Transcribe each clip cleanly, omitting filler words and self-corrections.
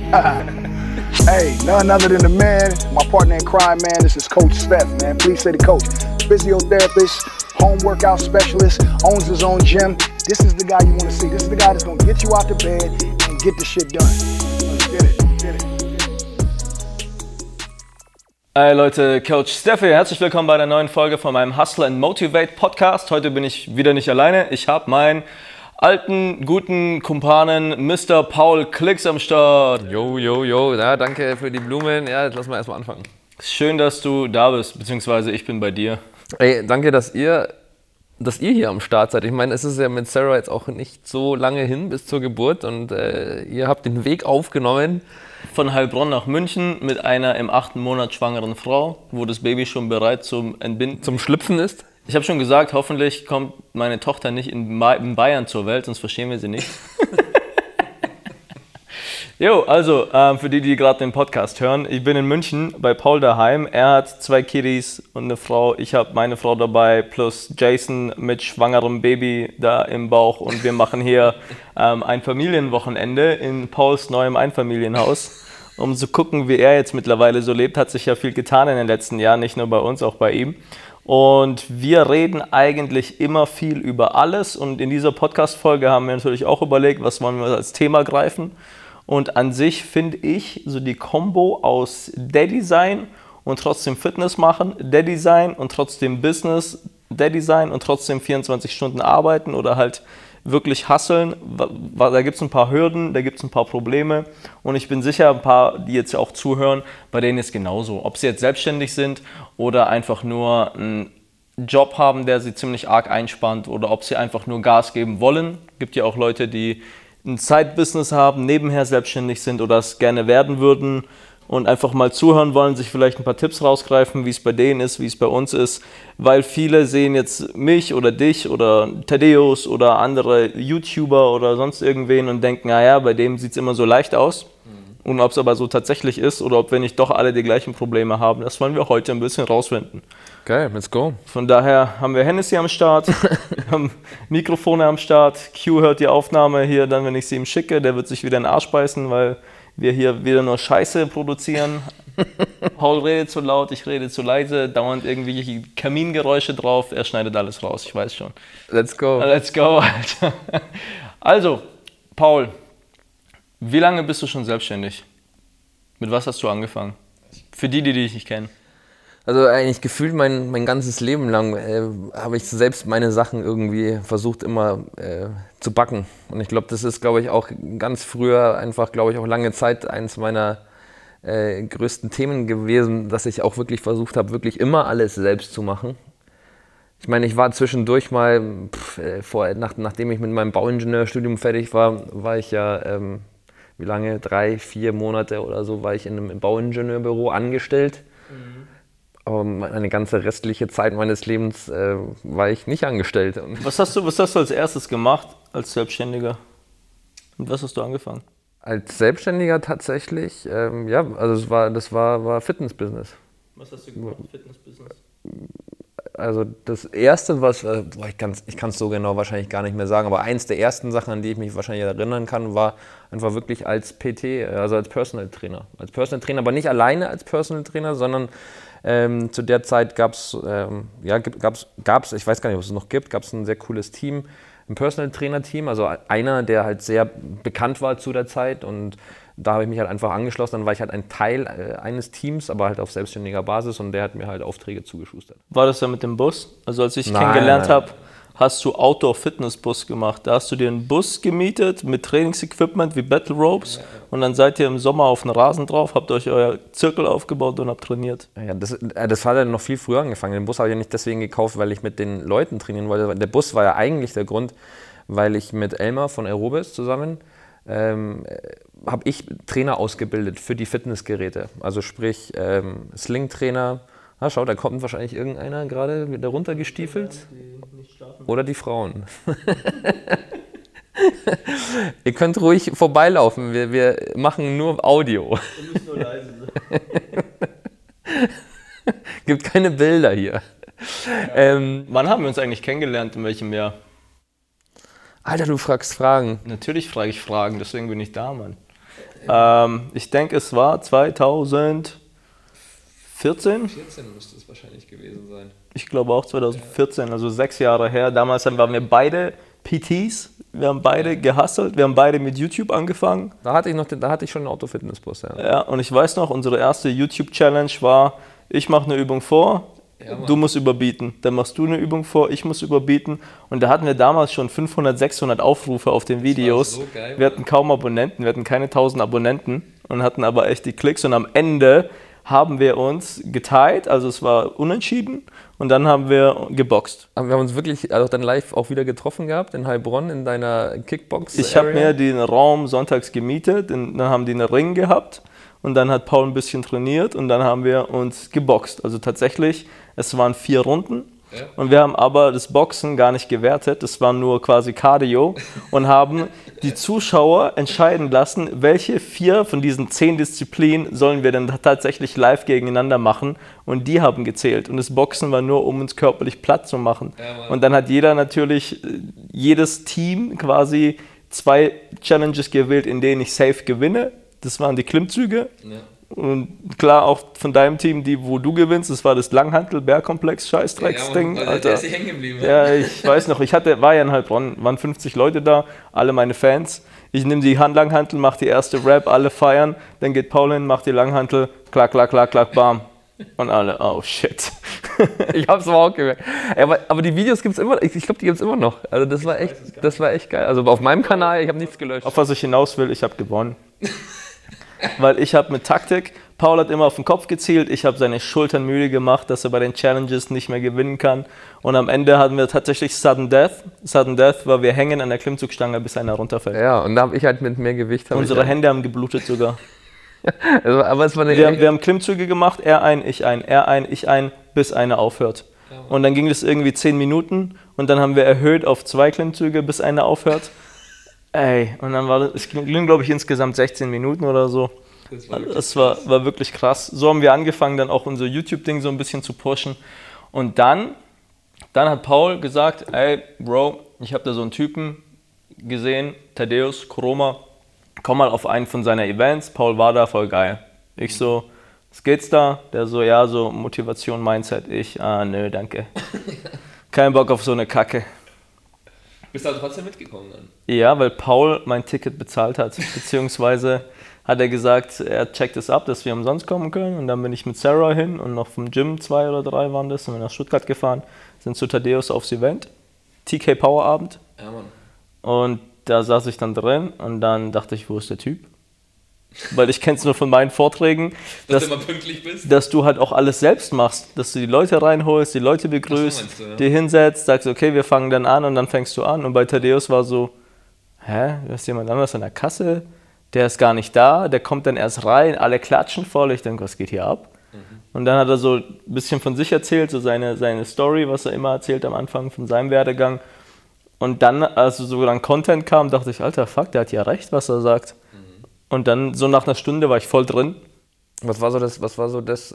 Hey, none other than the man, my partner in crime, man. This is Coach Steph, man. Please say the coach. Physiotherapist, home workout specialist, owns his own gym. This is the guy you want to see. This is the guy that's going to get you out the bed and get the shit done. Let's get it, get it. Hey Leute, Coach Steph hier. Herzlich willkommen bei der neuen Folge von meinem Hustle and Motivate Podcast. Heute bin ich wieder nicht alleine. Ich habe meinen alten, guten Kumpanen Mr. Paul Klicks am Start. Jo, ja, danke für die Blumen. Ja, jetzt lassen wir erstmal anfangen. Schön, dass du da bist, beziehungsweise ich bin bei dir. Ey, danke, dass ihr hier am Start seid. Ich meine, es ist ja mit Sarah jetzt auch nicht so lange hin bis zur Geburt und ihr habt den Weg aufgenommen. Von Heilbronn nach München mit einer im 8. Monat schwangeren Frau, wo das Baby schon bereit zum Entbinden, zum Schlüpfen ist. Ich habe schon gesagt, hoffentlich kommt meine Tochter nicht in Bayern zur Welt, sonst verstehen wir sie nicht. Jo, also für die gerade den Podcast hören, ich bin in München bei Paul daheim. Er hat 2 Kiddies und eine Frau. Ich habe meine Frau dabei plus Jason mit schwangerem Baby da im Bauch. Und wir machen hier ein Familienwochenende in Pauls neuem Einfamilienhaus. Um zu gucken, wie er jetzt mittlerweile so lebt, hat sich ja viel getan in den letzten Jahren, nicht nur bei uns, auch bei ihm. Und wir reden eigentlich immer viel über alles. Und in dieser Podcast-Folge haben wir natürlich auch überlegt, was wollen wir als Thema greifen. Und an sich finde ich so die Kombo aus Daddy sein und trotzdem Fitness machen, Daddy sein und trotzdem Business, Daddy sein und trotzdem 24 Stunden arbeiten oder halt wirklich hustlen. Da gibt es ein paar Hürden, da gibt es ein paar Probleme und ich bin sicher, ein paar, die jetzt auch zuhören, bei denen ist genauso. Ob sie jetzt selbstständig sind oder einfach nur einen Job haben, der sie ziemlich arg einspannt oder ob sie einfach nur Gas geben wollen. Es gibt ja auch Leute, die ein Side-Business haben, nebenher selbstständig sind oder es gerne werden würden und einfach mal zuhören wollen, sich vielleicht ein paar Tipps rausgreifen, wie es bei denen ist, wie es bei uns ist, weil viele sehen jetzt mich oder dich oder Thaddeus oder andere YouTuber oder sonst irgendwen und denken, naja, bei dem sieht es immer so leicht aus. Und ob es aber so tatsächlich ist oder ob wir nicht doch alle die gleichen Probleme haben, das wollen wir heute ein bisschen rausfinden. Okay, let's go. Von daher haben wir Hennessy am Start, wir haben Mikrofone am Start. Q hört die Aufnahme hier dann, wenn ich sie ihm schicke. Der wird sich wieder in den Arsch beißen, weil wir hier wieder nur Scheiße produzieren. Paul redet zu laut, ich rede zu leise, dauernd irgendwelche Kamingeräusche drauf. Er schneidet alles raus, ich weiß schon. Let's go. Let's go, Alter. Also, Paul, wie lange bist du schon selbstständig? Mit was hast du angefangen? Für die dich nicht kennen. Also eigentlich gefühlt mein ganzes Leben lang habe ich selbst meine Sachen irgendwie versucht immer zu backen. Und ich glaube, das ist, glaube ich, auch ganz früher einfach, glaube ich, auch lange Zeit eines meiner größten Themen gewesen, dass ich auch wirklich versucht habe, wirklich immer alles selbst zu machen. Ich meine, ich war zwischendurch mal, nachdem ich mit meinem Bauingenieurstudium fertig war, war ich ja, wie lange, 3-4 Monate oder so, war ich in einem Bauingenieurbüro angestellt. Aber eine ganze restliche Zeit meines Lebens war ich nicht angestellt. Was hast du als erstes gemacht als Selbstständiger? Und was hast du angefangen? Als Selbstständiger tatsächlich, ja, also das war Fitness-Business. Was hast du gemacht, Fitness-Business? Also das erste, ich kann es so genau wahrscheinlich gar nicht mehr sagen, aber eins der ersten Sachen, an die ich mich wahrscheinlich erinnern kann, war einfach wirklich als PT, also als Personal Trainer. Als Personal Trainer, aber nicht alleine als Personal Trainer, sondern zu der Zeit gab's, ich weiß gar nicht, ob es noch gibt, gab es ein sehr cooles Team, ein Personal Trainer Team, also einer, der halt sehr bekannt war zu der Zeit und da habe ich mich halt einfach angeschlossen, dann war ich halt ein Teil eines Teams, aber halt auf selbstständiger Basis und der hat mir halt Aufträge zugeschustert. War das ja mit dem Bus? Also als ich dich kennengelernt habe, hast du Outdoor-Fitness-Bus gemacht. Da hast du dir einen Bus gemietet mit Trainingsequipment wie Battle Ropes und dann seid ihr im Sommer auf den Rasen drauf, habt euch euer Zirkel aufgebaut und habt trainiert. Ja, das hat ja noch viel früher angefangen. Den Bus habe ich ja nicht deswegen gekauft, weil ich mit den Leuten trainieren wollte. Der Bus war ja eigentlich der Grund, weil ich mit Elmar von Aerobis zusammen habe ich Trainer ausgebildet für die Fitnessgeräte. Also sprich Sling-Trainer. Ah, schau, da kommt wahrscheinlich irgendeiner gerade wieder runtergestiefelt. Oder die Frauen. Ihr könnt ruhig vorbeilaufen, wir machen nur Audio. Du musst nur leise sein. Gibt keine Bilder hier. Wann haben wir uns eigentlich kennengelernt, in welchem Jahr? Alter, du fragst Fragen. Natürlich frage ich Fragen, deswegen bin ich da, Mann. Ich denke, es war 2014. 14 müsste es wahrscheinlich gewesen sein. Ich glaube auch 2014, also 6 Jahre her. Damals waren wir beide PTs, wir haben beide gehustelt, wir haben beide mit YouTube angefangen. Da hatte ich schon einen Autofitnessbus, ja. Ja, und ich weiß noch, unsere erste YouTube-Challenge war, ich mache eine Übung vor, du musst überbieten. Dann machst du eine Übung vor, ich muss überbieten. Und da hatten wir damals schon 500, 600 Aufrufe auf den Videos. Das war so geil, wir hatten kaum Abonnenten, wir hatten keine 1000 Abonnenten und hatten aber echt die Klicks. Und am Ende haben wir uns geteilt, also es war unentschieden. Und dann haben wir geboxt. Wir haben uns wirklich also dann live auch wieder getroffen gehabt in Heilbronn in deiner Kickbox. Ich habe mir den Raum sonntags gemietet, dann haben die einen Ring gehabt und dann hat Paul ein bisschen trainiert und dann haben wir uns geboxt. Also tatsächlich, es waren 4 Runden. Ja. Und wir haben aber das Boxen gar nicht gewertet, das war nur quasi Cardio und haben die Zuschauer entscheiden lassen, welche 4 von diesen 10 Disziplinen sollen wir denn tatsächlich live gegeneinander machen und die haben gezählt und das Boxen war nur, um uns körperlich platt zu machen. Ja, und dann hat jedes Team quasi 2 Challenges gewählt, in denen ich safe gewinne, das waren die Klimmzüge. Ja. Und klar, auch von deinem Team, wo du gewinnst, das war das Langhantel-Bergkomplex-Scheißdrecksding. Ja, Alter, der ist hier hängen geblieben. Ja, ich weiß noch, war ja in Heilbronn, waren 50 Leute da, alle meine Fans. Ich nehme die Langhantel, mache die erste Rap, alle feiern, dann geht Paul hin, macht die Langhantel, klack, klack, klack, klack, bam. Und alle, oh shit. Ich hab's aber auch gemerkt. Aber die Videos gibt's immer, ich glaube, die gibt's immer noch. Also das war echt geil. Also auf meinem Kanal, ich habe nichts gelöscht. Auf was ich hinaus will, ich habe gewonnen. Weil ich habe mit Taktik, Paul hat immer auf den Kopf gezielt, ich habe seine Schultern müde gemacht, dass er bei den Challenges nicht mehr gewinnen kann. Und am Ende hatten wir tatsächlich Sudden Death. Sudden Death war, wir hängen an der Klimmzugstange, bis einer runterfällt. Ja, und da habe ich halt mit mehr Gewicht... Unsere Hände haben geblutet sogar. Also, aber es war wir haben Klimmzüge gemacht, er ein, ich ein, bis einer aufhört. Ja, und dann ging das irgendwie 10 Minuten und dann haben wir erhöht auf 2 Klimmzüge, bis einer aufhört. Ey, und dann es ging, glaube ich, insgesamt 16 Minuten oder so. Das war wirklich krass. So haben wir angefangen, dann auch unser YouTube-Ding so ein bisschen zu pushen. Und dann hat Paul gesagt, ey, Bro, ich habe da so einen Typen gesehen, Thaddeus Koroma, komm mal auf einen von seinen Events. Paul war da, voll geil. Ich so, was geht's da? Der so, ja, so Motivation, Mindset. Ich, nö, danke. Kein Bock auf so eine Kacke. Bist du aber trotzdem mitgekommen dann? Ja, weil Paul mein Ticket bezahlt hat, beziehungsweise hat er gesagt, er checkt es ab, dass wir umsonst kommen können und dann bin ich mit Sarah hin und noch vom Gym 2 oder 3 waren das, sind wir nach Stuttgart gefahren, sind zu Thaddeus aufs Event, TK Power Abend. Ja, Mann. Und da saß ich dann drin und dann dachte ich, wo ist der Typ? Weil ich kenne es nur von meinen Vorträgen, dass du immer pünktlich bist. Dass du halt auch alles selbst machst, dass du die Leute reinholst, die Leute begrüßt, so, ja. dir hinsetzt, sagst, okay, wir fangen dann an und dann fängst du an. Und bei Thaddeus war so, du hast jemand anderes an der Kasse, der ist gar nicht da, der kommt dann erst rein, alle klatschen voll, ich denke, was geht hier ab? Mhm. Und dann hat er so ein bisschen von sich erzählt, so seine Story, was er immer erzählt am Anfang von seinem Werdegang. Und dann, als so dann Content kam, dachte ich, Alter, fuck, der hat ja recht, was er sagt. Und dann so nach einer Stunde war ich voll drin. Was war so das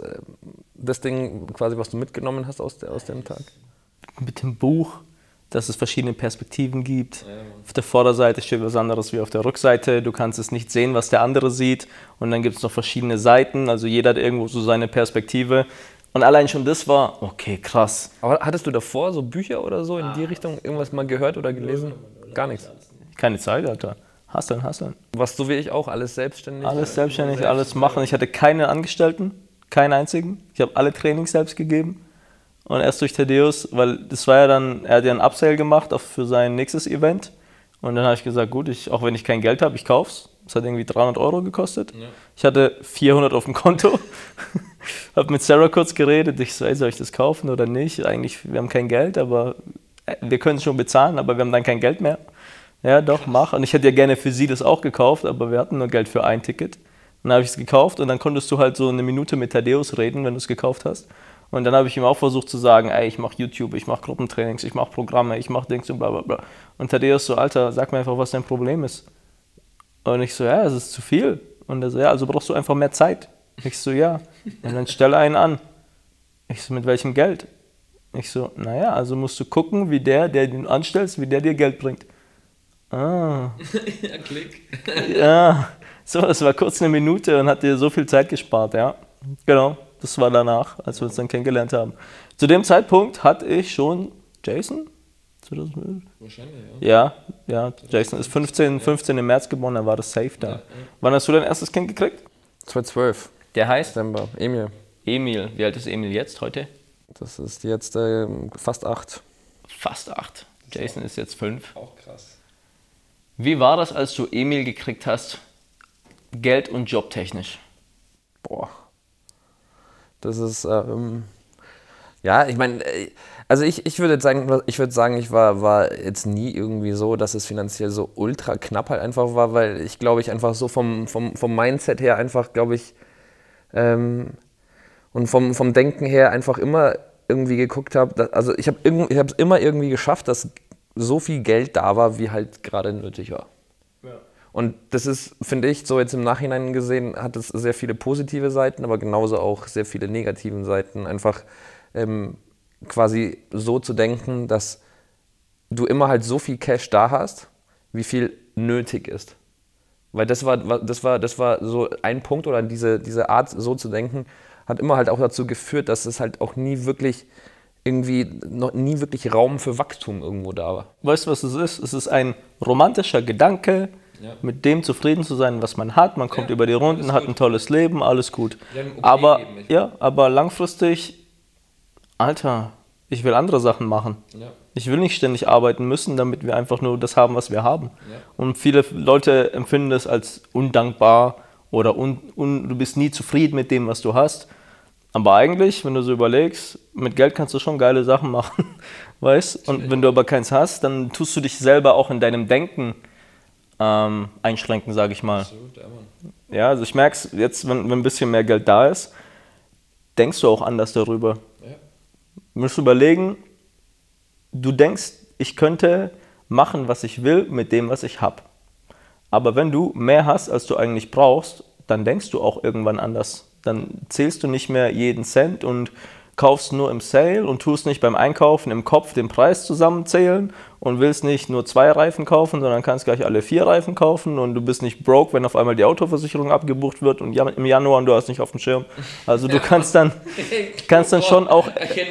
Ding quasi, was du mitgenommen hast aus dem Tag? Mit dem Buch, dass es verschiedene Perspektiven gibt. Ja, auf der Vorderseite steht was anderes wie auf der Rückseite. Du kannst es nicht sehen, was der andere sieht. Und dann gibt es noch verschiedene Seiten. Also jeder hat irgendwo so seine Perspektive. Und allein schon das war, okay, krass. Aber hattest du davor so Bücher oder so in die Richtung irgendwas mal gehört oder gelesen? Gar nichts. Keine Zeit, Alter. Hustlen. Was so wie ich auch, alles selbstständig? Alles selbstständig, alles machen. Ich hatte keine Angestellten, keinen einzigen. Ich habe alle Trainings selbst gegeben. Und erst durch Thaddeus, weil das war ja dann, er hat ja einen Upsale gemacht für sein nächstes Event. Und dann habe ich gesagt, gut, auch wenn ich kein Geld habe, ich kauf's. Das hat irgendwie 300 € gekostet. Ja. Ich hatte 400 auf dem Konto. Habe mit Sarah kurz geredet. Ich so, ey, soll ich das kaufen oder nicht? Eigentlich, wir haben kein Geld, aber wir können es schon bezahlen, aber wir haben dann kein Geld mehr. Ja, doch, mach. Und ich hätte ja gerne für sie das auch gekauft, aber wir hatten nur Geld für ein Ticket. Dann habe ich es gekauft und dann konntest du halt so eine Minute mit Thaddeus reden, wenn du es gekauft hast. Und dann habe ich ihm auch versucht zu sagen, ey, ich mache YouTube, ich mache Gruppentrainings, ich mache Programme, ich mache Dings und bla bla bla. Und Thaddeus so, Alter, sag mir einfach, was dein Problem ist. Und ich so, ja, es ist zu viel. Und er so, ja, also brauchst du einfach mehr Zeit. Ich so, ja. Und dann stelle einen an. Ich so, mit welchem Geld? Ich so, naja, also musst du gucken, wie der den anstellst, wie der dir Geld bringt. Ah. Ja, Klick. Ja, so, das war kurz eine Minute und hat dir so viel Zeit gespart, ja. Genau, das war danach, als wir uns dann kennengelernt haben. Zu dem Zeitpunkt hatte ich schon Jason? 2012? Wahrscheinlich, ja. Ja, Jason ist 15 im März geboren, dann war das safe da. Wann hast du dein erstes Kind gekriegt? 2012, Der heißt Dezember. Emil. Emil. Wie alt ist Emil jetzt heute? Das ist jetzt fast 8. Fast 8. Jason ist jetzt 5. Auch krass. Wie war das, als du Emil gekriegt hast, Geld- und Jobtechnisch? Boah. Das ist, ja, ich meine, also ich würde sagen, ich war jetzt nie irgendwie so, dass es finanziell so ultra knapp halt einfach war, weil ich glaube, ich einfach so vom Mindset her einfach, glaube ich, und vom Denken her einfach immer irgendwie geguckt habe, also ich habe es immer irgendwie geschafft, dass so viel Geld da war, wie halt gerade nötig war. Ja. Und das ist, finde ich, so jetzt im Nachhinein gesehen, hat es sehr viele positive Seiten, aber genauso auch sehr viele negative Seiten. Einfach quasi so zu denken, dass du immer halt so viel Cash da hast, wie viel nötig ist. Weil das war so ein Punkt, oder diese Art so zu denken, hat immer halt auch dazu geführt, dass es halt auch nie wirklich Raum für Wachstum irgendwo da war. Weißt du, was es ist? Es ist ein romantischer Gedanke, mit dem zufrieden zu sein, was man hat. Man kommt über die Runden, hat ein tolles Leben, alles gut. Aber langfristig, Alter, ich will andere Sachen machen. Ja. Ich will nicht ständig arbeiten müssen, damit wir einfach nur das haben, was wir haben. Ja. Und viele Leute empfinden das als undankbar oder du bist nie zufrieden mit dem, was du hast. Aber eigentlich, wenn du so überlegst, mit Geld kannst du schon geile Sachen machen, weißt? Und wenn du aber keins hast, dann tust du dich selber auch in deinem Denken einschränken, sage ich mal. Absolut, ja, Mann. Ja, also ich merke es jetzt, wenn ein bisschen mehr Geld da ist, denkst du auch anders darüber. Ja. Du musst überlegen, du denkst, ich könnte machen, was ich will mit dem, was ich habe. Aber wenn du mehr hast, als du eigentlich brauchst, dann denkst du auch irgendwann anders. Dann zählst du nicht mehr jeden Cent und kaufst nur im Sale und tust nicht beim Einkaufen im Kopf den Preis zusammenzählen und willst nicht nur 2 Reifen kaufen, sondern kannst gleich alle 4 Reifen kaufen und du bist nicht broke, wenn auf einmal die Autoversicherung abgebucht wird und im Januar und du hast nicht auf dem Schirm. Also du kannst dann schon auch,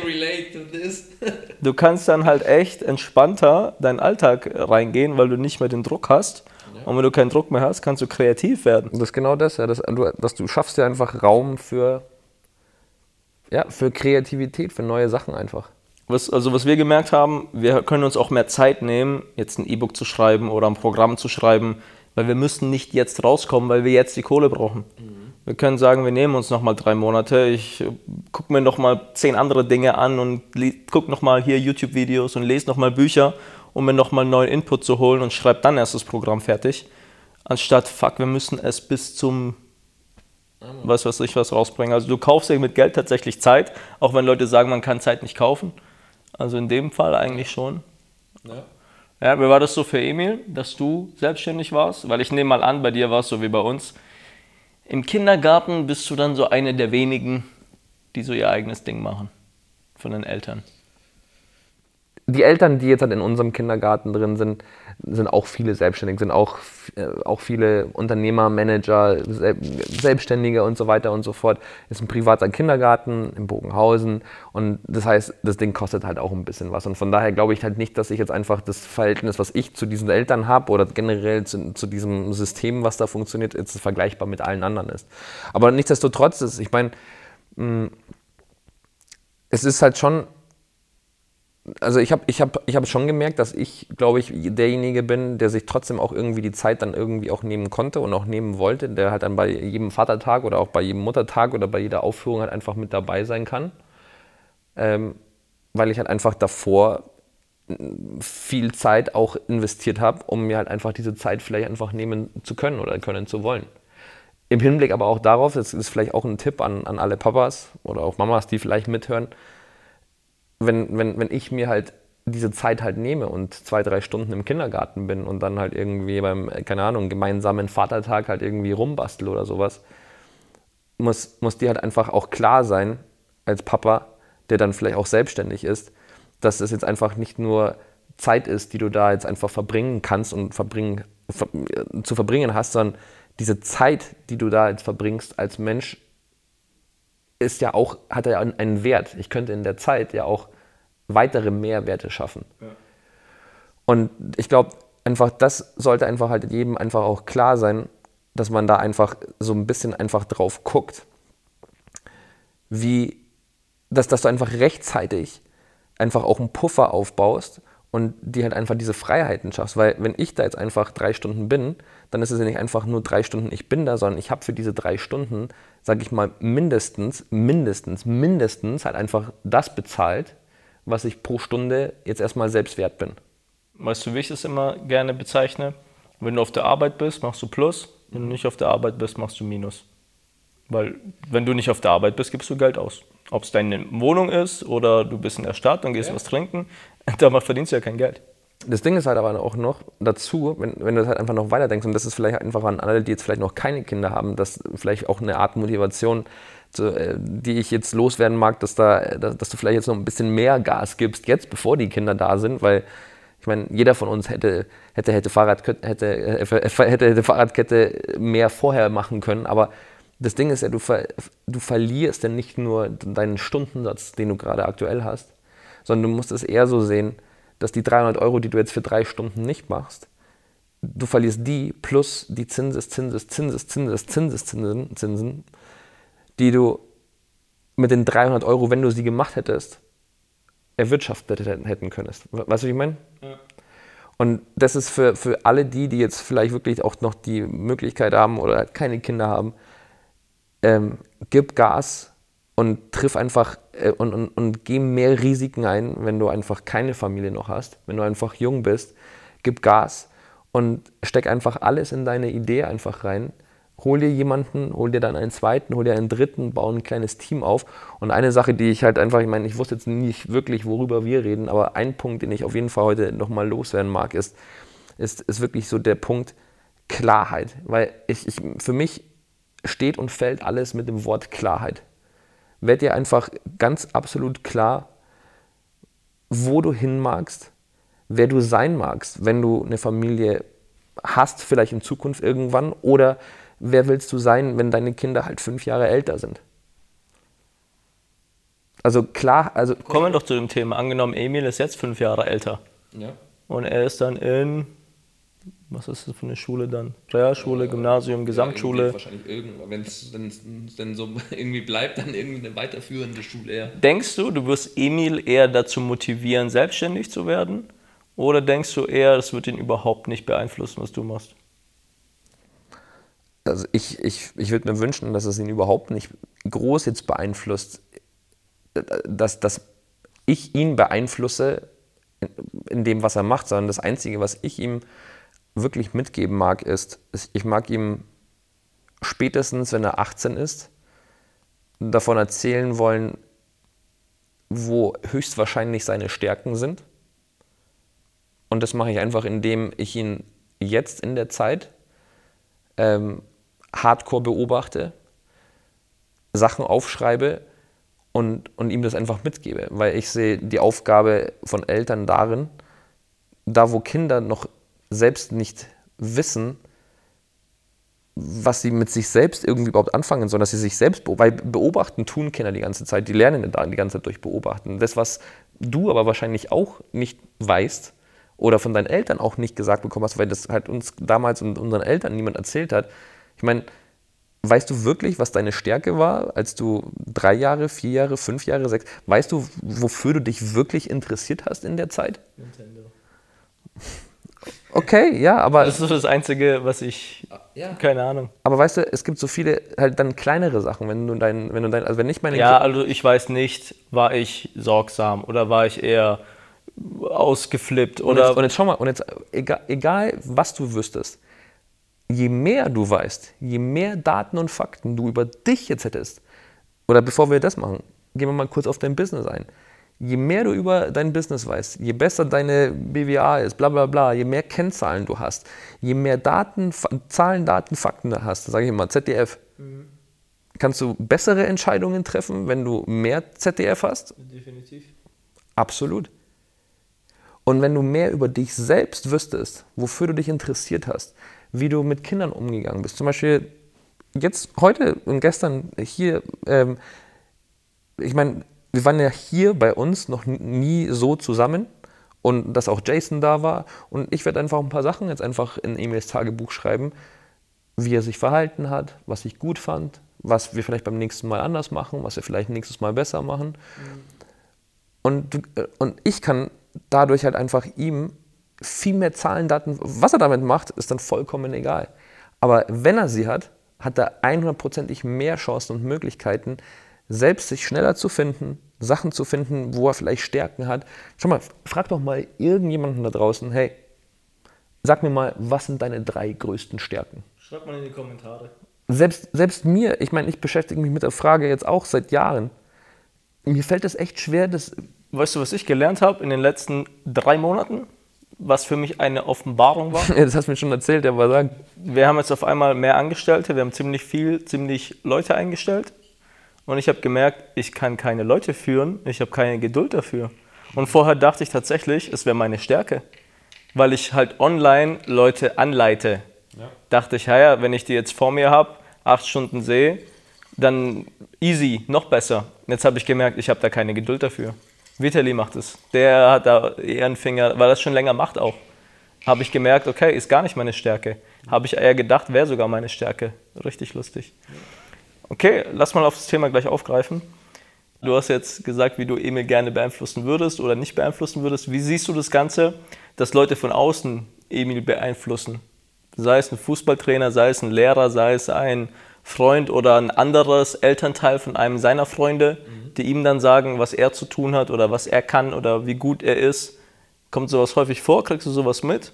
du kannst dann halt echt entspannter deinen Alltag reingehen, weil du nicht mehr den Druck hast. Und wenn du keinen Druck mehr hast, kannst du kreativ werden. Das ist genau das, ja. Du schaffst ja einfach Raum für Kreativität, für neue Sachen einfach. Was wir gemerkt haben, wir können uns auch mehr Zeit nehmen, jetzt ein E-Book zu schreiben oder ein Programm zu schreiben, weil wir müssen nicht jetzt rauskommen, weil wir jetzt die Kohle brauchen. Wir können sagen, wir nehmen uns nochmal 3 Monate, ich gucke mir nochmal 10 andere Dinge an und gucke nochmal hier YouTube-Videos und lese nochmal Bücher, um mir nochmal neuen Input zu holen und schreibe dann erst das Programm fertig. Anstatt, wir müssen es bis zum was rausbringen. Also du kaufst ja mit Geld tatsächlich Zeit, auch wenn Leute sagen, man kann Zeit nicht kaufen. Also in dem Fall eigentlich schon. Ja, wie war das so für Emil, dass du selbstständig warst? Weil ich nehme mal an, bei dir war es so wie bei uns. Im Kindergarten bist du dann so eine der wenigen, die so ihr eigenes Ding machen, von den Eltern. Die Eltern, die jetzt halt in unserem Kindergarten drin sind auch viele selbstständig, sind auch viele Unternehmer, Manager, Selbstständige und so weiter und so fort. Ist ein privater Kindergarten in Bogenhausen und das heißt, das Ding kostet halt auch ein bisschen was. Und von daher glaube ich halt nicht, dass ich jetzt einfach das Verhältnis, was ich zu diesen Eltern habe oder generell zu diesem System, was da funktioniert, jetzt vergleichbar mit allen anderen ist. Aber nichtsdestotrotz ich meine, es ist halt schon. Also ich hab schon gemerkt, dass ich, glaube ich, derjenige bin, der sich trotzdem auch irgendwie die Zeit dann irgendwie auch nehmen konnte und auch nehmen wollte, der halt dann bei jedem Vatertag oder auch bei jedem Muttertag oder bei jeder Aufführung halt einfach mit dabei sein kann, weil ich halt einfach davor viel Zeit auch investiert habe, um mir halt einfach diese Zeit vielleicht einfach nehmen zu können oder können zu wollen. Im Hinblick aber auch darauf, das ist vielleicht auch ein Tipp an alle Papas oder auch Mamas, die vielleicht mithören, wenn ich mir halt diese Zeit halt nehme und 2-3 Stunden im Kindergarten bin und dann halt irgendwie beim, keine Ahnung, gemeinsamen Vatertag halt irgendwie rumbastel oder sowas, muss dir halt einfach auch klar sein, als Papa, der dann vielleicht auch selbstständig ist, dass es jetzt einfach nicht nur Zeit ist, die du da jetzt einfach verbringen kannst und zu verbringen hast, sondern diese Zeit, die du da jetzt verbringst als Mensch, hat ja einen Wert. Ich könnte in der Zeit ja auch weitere Mehrwerte schaffen. Ja. Und ich glaube, einfach das sollte einfach halt jedem einfach auch klar sein, dass man da einfach so ein bisschen einfach drauf guckt, dass du einfach rechtzeitig einfach auch einen Puffer aufbaust und dir halt einfach diese Freiheiten schaffst. Weil wenn ich da jetzt einfach 3 Stunden bin, dann ist es ja nicht einfach nur 3 Stunden ich bin da, sondern ich habe für diese 3 Stunden, sage ich mal, mindestens halt einfach das bezahlt, was ich pro Stunde jetzt erstmal selbst wert bin. Weißt du, wie ich das immer gerne bezeichne? Wenn du auf der Arbeit bist, machst du Plus. Wenn du nicht auf der Arbeit bist, machst du Minus. Weil wenn du nicht auf der Arbeit bist, gibst du Geld aus. Ob es deine Wohnung ist oder du bist in der Stadt und gehst was trinken, damit verdienst du ja kein Geld. Das Ding ist halt aber auch noch dazu, wenn du das halt einfach noch weiter denkst, und das ist vielleicht einfach an alle, die jetzt vielleicht noch keine Kinder haben, dass vielleicht auch eine Art Motivation, die ich jetzt loswerden mag, dass du vielleicht jetzt noch ein bisschen mehr Gas gibst, jetzt bevor die Kinder da sind, weil ich meine, jeder von uns hätte Fahrradkette mehr vorher machen können, aber das Ding ist ja, du verlierst ja nicht nur deinen Stundensatz, den du gerade aktuell hast, sondern du musst es eher so sehen, dass die 300 €, die du jetzt für 3 Stunden nicht machst, du verlierst die plus die Zinsen, die du mit den 300 €, wenn du sie gemacht hättest, erwirtschaftet hätten könntest. Weißt du, wie ich meine? Ja. Und das ist für alle die jetzt vielleicht wirklich auch noch die Möglichkeit haben oder keine Kinder haben, gib Gas und triff einfach und geh mehr Risiken ein, wenn du einfach keine Familie noch hast, wenn du einfach jung bist, gib Gas und steck einfach alles in deine Idee einfach rein. Hol dir jemanden, hol dir dann einen zweiten, hol dir einen dritten, bau ein kleines Team auf. Und eine Sache, die ich halt einfach, ich meine, ich wusste jetzt nicht wirklich, worüber wir reden, aber ein Punkt, den ich auf jeden Fall heute nochmal loswerden mag, ist wirklich so der Punkt Klarheit. Weil für mich steht und fällt alles mit dem Wort Klarheit. Werd dir einfach ganz absolut klar, wo du hin magst, wer du sein magst, wenn du eine Familie hast, vielleicht in Zukunft irgendwann, oder wer willst du sein, wenn deine Kinder halt 5 Jahre älter sind? Also klar, also... Kommen wir doch zu dem Thema. Angenommen, Emil ist jetzt 5 Jahre älter. Ja. Und er ist dann in... Was ist das für eine Schule dann? Realschule, Gymnasium, Gesamtschule? Ja, wahrscheinlich irgendwann, wenn es dann so irgendwie bleibt, dann irgendwie eine weiterführende Schule. Ja. Denkst du wirst Emil eher dazu motivieren, selbstständig zu werden? Oder denkst du eher, das wird ihn überhaupt nicht beeinflussen, was du machst? Also ich würde mir wünschen, dass es ihn überhaupt nicht groß jetzt beeinflusst, dass ich ihn beeinflusse in dem, was er macht, sondern das Einzige, was ich ihm wirklich mitgeben mag, ist, ich mag ihm spätestens, wenn er 18 ist, davon erzählen wollen, wo höchstwahrscheinlich seine Stärken sind. Und das mache ich einfach, indem ich ihn jetzt in der Zeit hardcore beobachte, Sachen aufschreibe und ihm das einfach mitgebe. Weil ich sehe die Aufgabe von Eltern darin, da wo Kinder noch selbst nicht wissen, was sie mit sich selbst irgendwie überhaupt anfangen sollen, dass sie sich selbst beobachten tun Kinder die ganze Zeit, die lernen da die ganze Zeit durch Beobachten. Das, was du aber wahrscheinlich auch nicht weißt oder von deinen Eltern auch nicht gesagt bekommen hast, weil das halt uns damals und unseren Eltern niemand erzählt hat. Ich meine, weißt du wirklich, was deine Stärke war, als du 3 Jahre, 4 Jahre, 5 Jahre, 6, weißt du, wofür du dich wirklich interessiert hast in der Zeit? Nintendo. Okay, ja, aber... Das ist so das Einzige, was ich... Ja. Keine Ahnung. Aber weißt du, es gibt so viele, halt dann kleinere Sachen, also wenn ich meine... Ja, also ich weiß nicht, war ich sorgsam oder war ich eher ausgeflippt oder... Und jetzt schau mal, egal was du wüsstest, je mehr du weißt, je mehr Daten und Fakten du über dich jetzt hättest, oder bevor wir das machen, gehen wir mal kurz auf dein Business ein. Je mehr du über dein Business weißt, je besser deine BWA ist, bla bla bla, je mehr Kennzahlen du hast, je mehr Zahlen, Daten, Fakten du hast, sage ich immer, ZDF, kannst du bessere Entscheidungen treffen, wenn du mehr ZDF hast? Definitiv. Absolut. Und wenn du mehr über dich selbst wüsstest, wofür du dich interessiert hast, wie du mit Kindern umgegangen bist, zum Beispiel jetzt, heute und gestern hier, ich meine, wir waren ja hier bei uns noch nie so zusammen und dass auch Jason da war und ich werde einfach ein paar Sachen jetzt einfach in Emils Tagebuch schreiben, wie er sich verhalten hat, was ich gut fand, was wir vielleicht beim nächsten Mal anders machen, was wir vielleicht nächstes Mal besser machen. Und ich kann dadurch halt einfach ihm viel mehr Zahlen, Daten, was er damit macht, ist dann vollkommen egal. Aber wenn er sie hat, hat er 100%ig mehr Chancen und Möglichkeiten, selbst sich schneller zu finden, Sachen zu finden, wo er vielleicht Stärken hat. Schau mal, frag doch mal irgendjemanden da draußen, hey, sag mir mal, was sind deine 3 größten Stärken? Schreibt mal in die Kommentare. Selbst mir, ich meine, ich beschäftige mich mit der Frage jetzt auch seit Jahren. Mir fällt es echt schwer, das... Weißt du, was ich gelernt habe in den letzten 3 Monaten? Was für mich eine Offenbarung war? Das hast du mir schon erzählt, aber sag. Wir haben jetzt auf einmal mehr Angestellte, wir haben ziemlich Leute eingestellt. Und ich habe gemerkt, ich kann keine Leute führen, ich habe keine Geduld dafür. Und vorher dachte ich tatsächlich, es wäre meine Stärke, weil ich halt online Leute anleite. Ja. Dachte ich, ja, wenn ich die jetzt vor mir habe, 8 Stunden sehe, dann easy, noch besser. Und jetzt habe ich gemerkt, ich habe da keine Geduld dafür. Vitali macht es. Der hat da eher einen Finger, weil er das schon länger macht auch. Habe ich gemerkt, okay, ist gar nicht meine Stärke. Habe ich eher gedacht, wäre sogar meine Stärke. Richtig lustig. Okay, lass mal auf das Thema gleich aufgreifen. Du hast jetzt gesagt, wie du Emil gerne beeinflussen würdest oder nicht beeinflussen würdest. Wie siehst du das Ganze, dass Leute von außen Emil beeinflussen? Sei es ein Fußballtrainer, sei es ein Lehrer, sei es ein Freund oder ein anderes Elternteil von einem seiner Freunde, die ihm dann sagen, was er zu tun hat oder was er kann oder wie gut er ist. Kommt sowas häufig vor? Kriegst du sowas mit?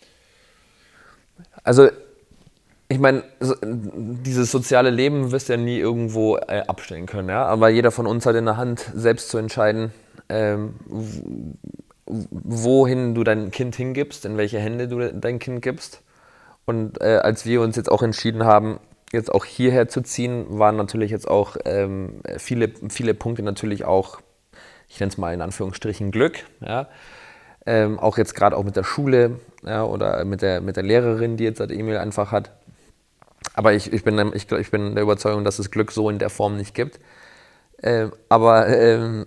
Also, ich meine, dieses soziale Leben wirst du ja nie irgendwo abstellen können, ja? Aber jeder von uns hat in der Hand, selbst zu entscheiden, wohin du dein Kind hingibst, in welche Hände du dein Kind gibst. Und als wir uns jetzt auch entschieden haben, jetzt auch hierher zu ziehen, waren natürlich jetzt auch viele Punkte natürlich auch, ich nenne es mal in Anführungsstrichen Glück, ja? Auch jetzt gerade auch mit der Schule, ja, oder mit der Lehrerin, die jetzt Emil einfach hat. Aber ich bin der Überzeugung, dass es Glück so in der Form nicht gibt. Aber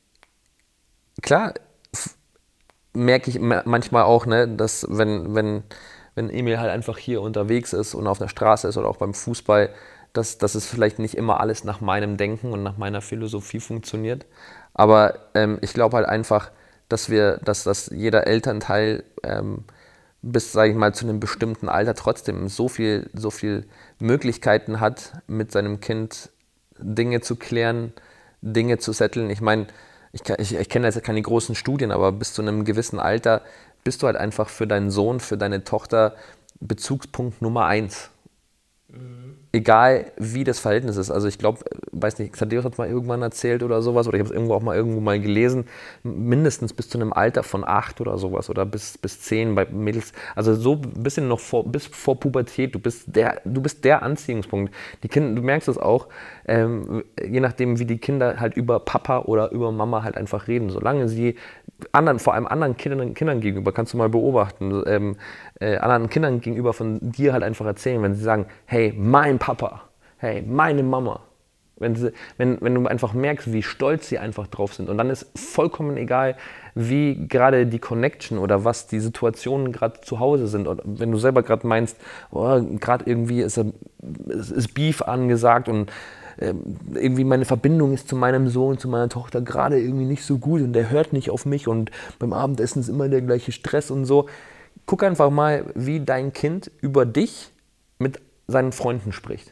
klar merke ich manchmal auch, ne, dass wenn Emil halt einfach hier unterwegs ist und auf der Straße ist oder auch beim Fußball, dass es vielleicht nicht immer alles nach meinem Denken und nach meiner Philosophie funktioniert. Aber ich glaube halt einfach, dass jeder Elternteil bis, sage ich mal, zu einem bestimmten Alter trotzdem so viel Möglichkeiten hat, mit seinem Kind Dinge zu klären, Dinge zu setteln. Ich meine, ich kenne jetzt keine großen Studien, aber bis zu einem gewissen Alter bist du halt einfach für deinen Sohn, für deine Tochter Bezugspunkt Nummer 1. Egal, wie das Verhältnis ist. Also ich glaube, weiß nicht, Xadeus hat mal irgendwann erzählt oder sowas, oder ich habe es irgendwo mal gelesen, mindestens bis zu einem Alter von 8 oder sowas oder bis 10 bei Mädels, also so ein bisschen noch bis vor Pubertät, du bist der Anziehungspunkt. Die Kinder, du merkst es auch, je nachdem, wie die Kinder halt über Papa oder über Mama halt einfach reden, solange sie vor allem anderen Kindern gegenüber, kannst du mal beobachten, anderen Kindern gegenüber von dir halt einfach erzählen, wenn sie sagen, hey, mein Papa, hey, meine Mama. Wenn du einfach merkst, wie stolz sie einfach drauf sind. Und dann ist vollkommen egal, wie gerade die Connection oder was die Situationen gerade zu Hause sind. Und wenn du selber gerade meinst, oh, gerade irgendwie ist Beef angesagt und irgendwie meine Verbindung ist zu meinem Sohn, zu meiner Tochter gerade irgendwie nicht so gut und der hört nicht auf mich und beim Abendessen ist immer der gleiche Stress und so. Guck einfach mal, wie dein Kind über dich mit seinen Freunden spricht.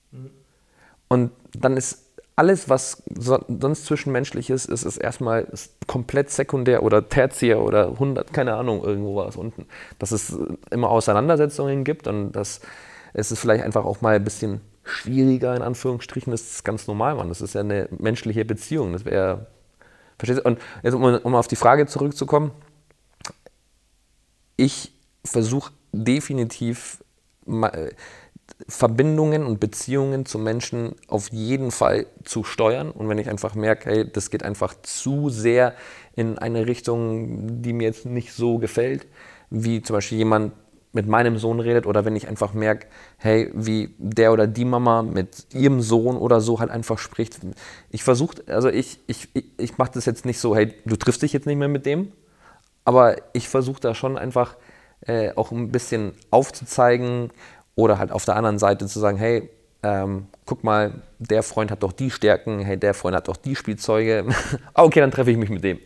Und dann ist alles, was sonst zwischenmenschlich ist erstmal komplett sekundär oder tertiär oder 100, keine Ahnung, irgendwo was unten. Dass es immer Auseinandersetzungen gibt und dass es vielleicht einfach auch mal ein bisschen schwieriger, in Anführungsstrichen, das ist ganz normal, Mann. Das ist ja eine menschliche Beziehung. Das wäre, verstehst du? Und jetzt, um auf die Frage zurückzukommen, ich versuche definitiv Verbindungen und Beziehungen zu Menschen auf jeden Fall zu steuern. Und wenn ich einfach merke, hey, das geht einfach zu sehr in eine Richtung, die mir jetzt nicht so gefällt, wie zum Beispiel jemand mit meinem Sohn redet, oder wenn ich einfach merke, hey, wie der oder die Mama mit ihrem Sohn oder so halt einfach spricht. Ich versuche, also ich mache das jetzt nicht so, hey, du triffst dich jetzt nicht mehr mit dem, aber ich versuche da schon einfach auch ein bisschen aufzuzeigen oder halt auf der anderen Seite zu sagen, hey, guck mal, der Freund hat doch die Stärken, hey, der Freund hat doch die Spielzeuge. Okay, dann treffe ich mich mit dem.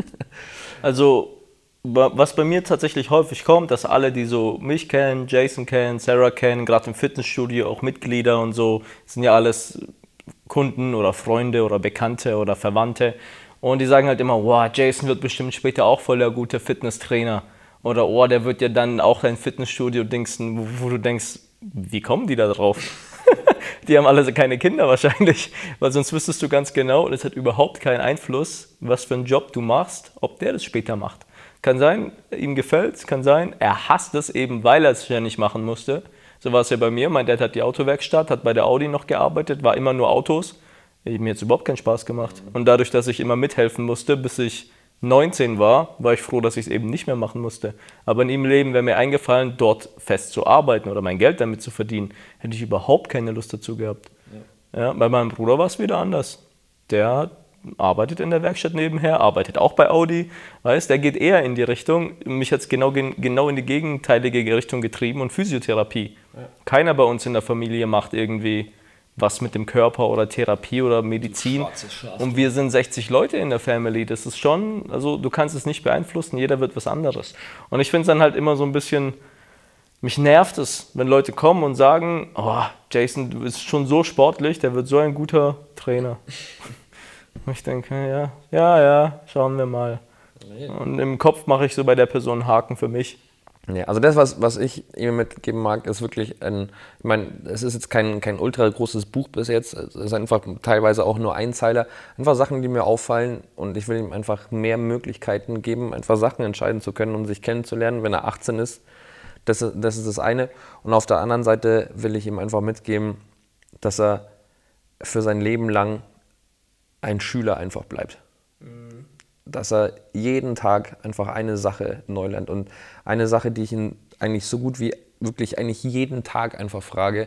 Also, was bei mir tatsächlich häufig kommt, dass alle, die so mich kennen, Jason kennen, Sarah kennen, gerade im Fitnessstudio auch Mitglieder und so, sind ja alles Kunden oder Freunde oder Bekannte oder Verwandte. Und die sagen halt immer, wow, Jason wird bestimmt später auch voll der gute Fitnesstrainer. Oder, oh, der wird ja dann auch dein Fitnessstudio dingsen, wo du denkst, wie kommen die da drauf? Die haben alle keine Kinder wahrscheinlich, weil sonst wüsstest du ganz genau, und es hat überhaupt keinen Einfluss, was für einen Job du machst, ob der das später macht. Kann sein, ihm gefällt es, kann sein, er hasst es eben, weil er es ja nicht machen musste. So war es ja bei mir, mein Dad hat die Autowerkstatt, hat bei der Audi noch gearbeitet, war immer nur Autos. Mir hat es überhaupt keinen Spaß gemacht. Und dadurch, dass ich immer mithelfen musste, bis ich 19 war ich froh, dass ich es eben nicht mehr machen musste. Aber in ihm Leben wäre mir eingefallen, dort fest zu arbeiten oder mein Geld damit zu verdienen, hätte ich überhaupt keine Lust dazu gehabt. Ja, bei meinem Bruder war es wieder anders. Der arbeitet in der Werkstatt nebenher, arbeitet auch bei Audi, weißt, der geht eher in die Richtung. Mich hat es genau in die gegenteilige Richtung getrieben und Physiotherapie. Ja. Keiner bei uns in der Familie macht irgendwie was mit dem Körper oder Therapie oder Medizin. Und wir sind 60 Leute in der Family. Das ist schon, also du kannst es nicht beeinflussen, jeder wird was anderes. Und ich finde es dann halt immer so ein bisschen, mich nervt es, wenn Leute kommen und sagen, oh, Jason, du bist schon so sportlich, der wird so ein guter Trainer. Und ich denke, ja, schauen wir mal. Und im Kopf mache ich so bei der Person einen Haken für mich. Ja, also das, was ich ihm mitgeben mag, ist wirklich ich meine, es ist jetzt kein ultra großes Buch bis jetzt, es ist einfach teilweise auch nur Einzeiler, einfach Sachen, die mir auffallen, und ich will ihm einfach mehr Möglichkeiten geben, einfach Sachen entscheiden zu können und sich kennenzulernen, wenn er 18 ist. Das ist das eine. Und auf der anderen Seite will ich ihm einfach mitgeben, dass er für sein Leben lang ein Schüler einfach bleibt. Dass er jeden Tag einfach eine Sache neu lernt. Und eine Sache, die ich ihn eigentlich so gut wie wirklich eigentlich jeden Tag einfach frage,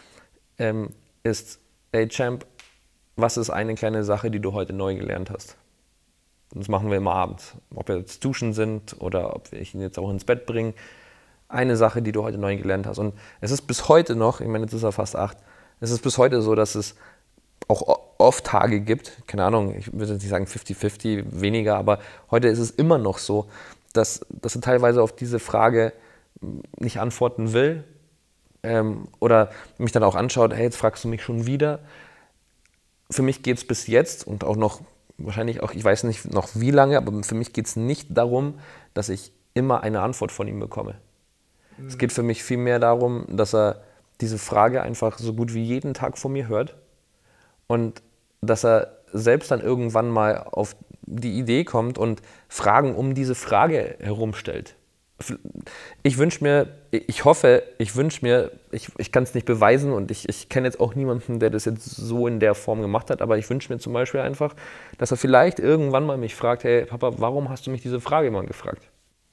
ist, hey Champ, was ist eine kleine Sache, die du heute neu gelernt hast? Und das machen wir immer abends. Ob wir jetzt duschen sind oder ob ich ihn jetzt auch ins Bett bringe. Eine Sache, die du heute neu gelernt hast. Und es ist bis heute noch, ich meine, jetzt ist er fast 8, es ist bis heute so, dass es auch oft Tage gibt, keine Ahnung, ich würde jetzt nicht sagen 50-50, weniger, aber heute ist es immer noch so, dass er teilweise auf diese Frage nicht antworten will oder mich dann auch anschaut, hey, jetzt fragst du mich schon wieder. Für mich geht es bis jetzt und auch noch, wahrscheinlich auch, ich weiß nicht noch wie lange, aber für mich geht es nicht darum, dass ich immer eine Antwort von ihm bekomme. Es geht für mich vielmehr darum, dass er diese Frage einfach so gut wie jeden Tag von mir hört. Und dass er selbst dann irgendwann mal auf die Idee kommt und Fragen um diese Frage herumstellt. Ich wünsche mir, ich hoffe, ich kann es nicht beweisen und ich kenne jetzt auch niemanden, der das jetzt so in der Form gemacht hat, aber ich wünsche mir zum Beispiel einfach, dass er vielleicht irgendwann mal mich fragt, hey Papa, warum hast du mich diese Frage mal gefragt?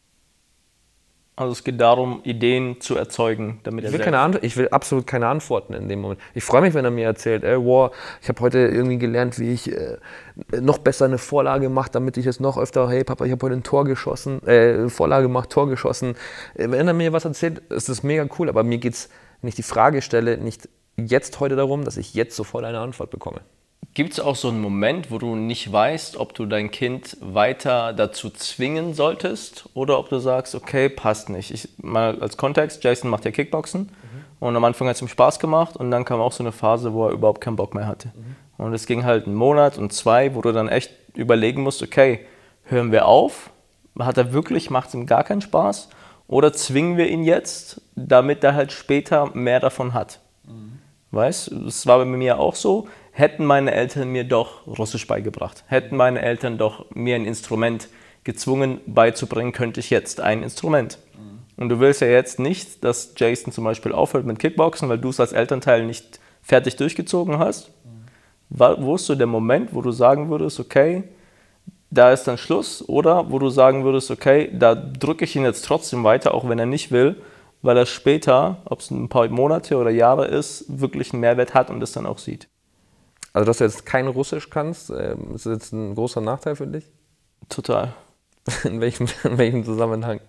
Also es geht darum, Ideen zu erzeugen, damit ich will absolut keine Antworten in dem Moment. Ich freue mich, wenn er mir erzählt, wow, ich habe heute irgendwie gelernt, wie ich noch besser eine Vorlage mache, damit ich es noch öfter, hey Papa, ich habe heute ein Tor geschossen, Vorlage gemacht, Tor geschossen. Wenn er mir was erzählt, ist das mega cool, aber mir geht es, wenn ich die Frage stelle, nicht jetzt heute darum, dass ich jetzt sofort eine Antwort bekomme. Gibt es auch so einen Moment, wo du nicht weißt, ob du dein Kind weiter dazu zwingen solltest oder ob du sagst, okay, passt nicht. Mal als Kontext, Jason macht ja Kickboxen und am Anfang hat es ihm Spaß gemacht und dann kam auch so eine Phase, wo er überhaupt keinen Bock mehr hatte. Und es ging halt einen Monat und 2, wo du dann echt überlegen musst, okay, hören wir auf? Macht es ihm gar keinen Spaß? Oder zwingen wir ihn jetzt, damit er halt später mehr davon hat? Weißt du, das war bei mir auch so. Hätten meine Eltern mir doch Russisch beigebracht, hätten meine Eltern doch mir ein Instrument gezwungen beizubringen, könnte ich jetzt ein Instrument. Und du willst ja jetzt nicht, dass Jason zum Beispiel aufhört mit Kickboxen, weil du es als Elternteil nicht fertig durchgezogen hast. Wo ist so der Moment, wo du sagen würdest, okay, da ist dann Schluss? Oder wo du sagen würdest, okay, da drücke ich ihn jetzt trotzdem weiter, auch wenn er nicht will, weil er später, ob es ein paar Monate oder Jahre ist, wirklich einen Mehrwert hat und das dann auch sieht. Also, dass du jetzt kein Russisch kannst, ist jetzt ein großer Nachteil für dich? Total. In welchem Zusammenhang?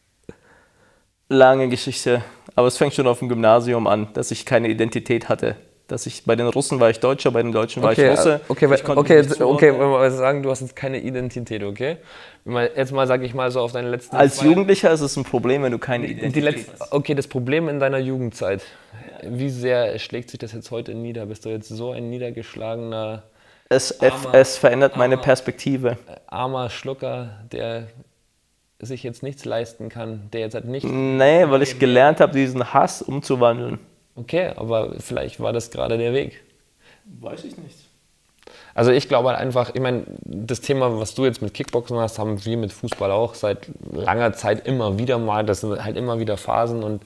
Lange Geschichte, aber es fängt schon auf dem Gymnasium an, dass ich keine Identität hatte. Bei den Russen war ich Deutscher, bei den Deutschen war ich Russe. Okay, wenn wir mal sagen, du hast jetzt keine Identität, okay? Jetzt mal, sage ich mal, so auf deine letzten... Als Jugendlicher ist es ein Problem, wenn du keine Identität hast. Okay, das Problem in deiner Jugendzeit, wie sehr schlägt sich das jetzt heute nieder? Bist du jetzt so ein niedergeschlagener... Es verändert meine Perspektive. Armer Schlucker, der sich jetzt nichts leisten kann, der jetzt halt nicht... Nee, weil ich gelernt habe, diesen Hass umzuwandeln. Okay, aber vielleicht war das gerade der Weg. Weiß ich nicht. Also ich glaube halt einfach, ich meine, das Thema, was du jetzt mit Kickboxen hast, haben wir mit Fußball auch seit langer Zeit immer wieder mal. Das sind halt immer wieder Phasen und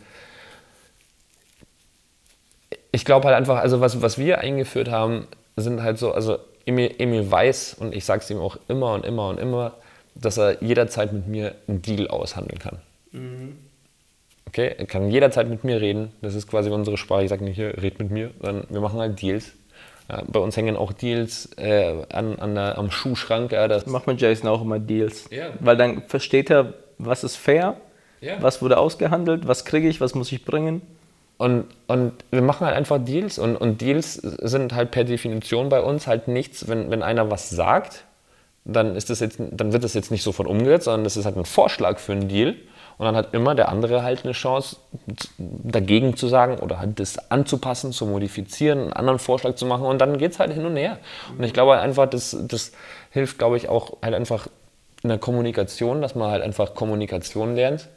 ich glaube halt einfach, also was wir eingeführt haben, sind halt so, also Emil weiß, und ich sage es ihm auch immer und immer und immer, dass er jederzeit mit mir einen Deal aushandeln kann. Mhm. Okay, er kann jederzeit mit mir reden, das ist quasi unsere Sprache. Ich sage nicht, hier, red mit mir, sondern wir machen halt Deals. Ja, bei uns hängen auch Deals am Schuhschrank. Ja, das macht mit Jason auch immer Deals, ja. Weil dann versteht er, was ist fair, ja. Was wurde ausgehandelt, was kriege ich, was muss ich bringen. Und wir machen halt einfach Deals und Deals sind halt per Definition bei uns halt nichts, wenn einer was sagt, dann wird das jetzt nicht sofort umgesetzt, sondern das ist halt ein Vorschlag für einen Deal. Und dann hat immer der andere halt eine Chance, dagegen zu sagen oder halt das anzupassen, zu modifizieren, einen anderen Vorschlag zu machen und dann geht es halt hin und her. Und ich glaube halt einfach, das hilft, glaube ich, auch halt einfach in der Kommunikation, dass man halt einfach Kommunikation lernt.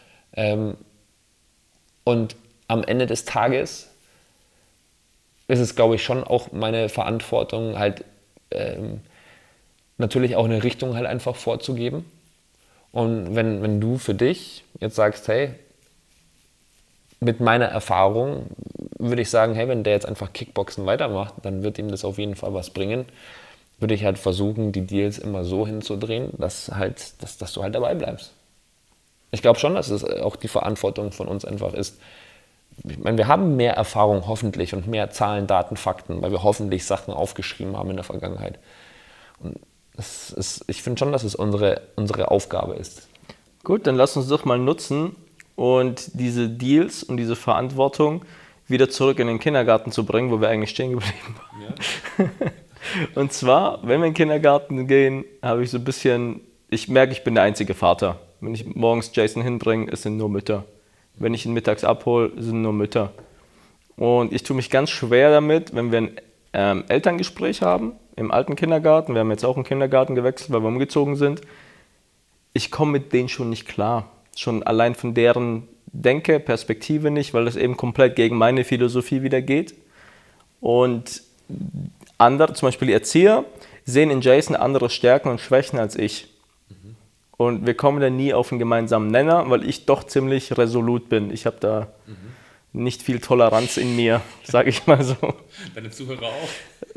Und am Ende des Tages ist es, glaube ich, schon auch meine Verantwortung, halt natürlich auch eine Richtung halt einfach vorzugeben. Und wenn du für dich jetzt sagst, hey, mit meiner Erfahrung würde ich sagen, hey, wenn der jetzt einfach Kickboxen weitermacht, dann wird ihm das auf jeden Fall was bringen. Würde ich halt versuchen, die Deals immer so hinzudrehen, dass du halt dabei bleibst. Ich glaube schon, dass es auch die Verantwortung von uns einfach ist. Ich meine, wir haben mehr Erfahrung hoffentlich und mehr Zahlen, Daten, Fakten, weil wir hoffentlich Sachen aufgeschrieben haben in der Vergangenheit. Und ich finde schon, dass es unsere Aufgabe ist. Gut, dann lass uns doch mal nutzen und diese Deals und diese Verantwortung wieder zurück in den Kindergarten zu bringen, wo wir eigentlich stehen geblieben waren. Ja. Und zwar, wenn wir in den Kindergarten gehen, habe ich so ein bisschen, ich merke, ich bin der einzige Vater. Wenn ich morgens Jason hinbringe, es sind nur Mütter. Wenn ich ihn mittags abhole, sind nur Mütter. Und ich tue mich ganz schwer damit, wenn wir ein Elterngespräch haben, im alten Kindergarten, wir haben jetzt auch einen Kindergarten gewechselt, weil wir umgezogen sind. Ich komme mit denen schon nicht klar. Schon allein von deren Perspektive nicht, weil das eben komplett gegen meine Philosophie wieder geht. Und andere, zum Beispiel die Erzieher, sehen in Jason andere Stärken und Schwächen als ich. Mhm. Und wir kommen dann nie auf einen gemeinsamen Nenner, weil ich doch ziemlich resolut bin. Ich habe da nicht viel Toleranz in mir, sage ich mal so. Deine Zuhörer auch?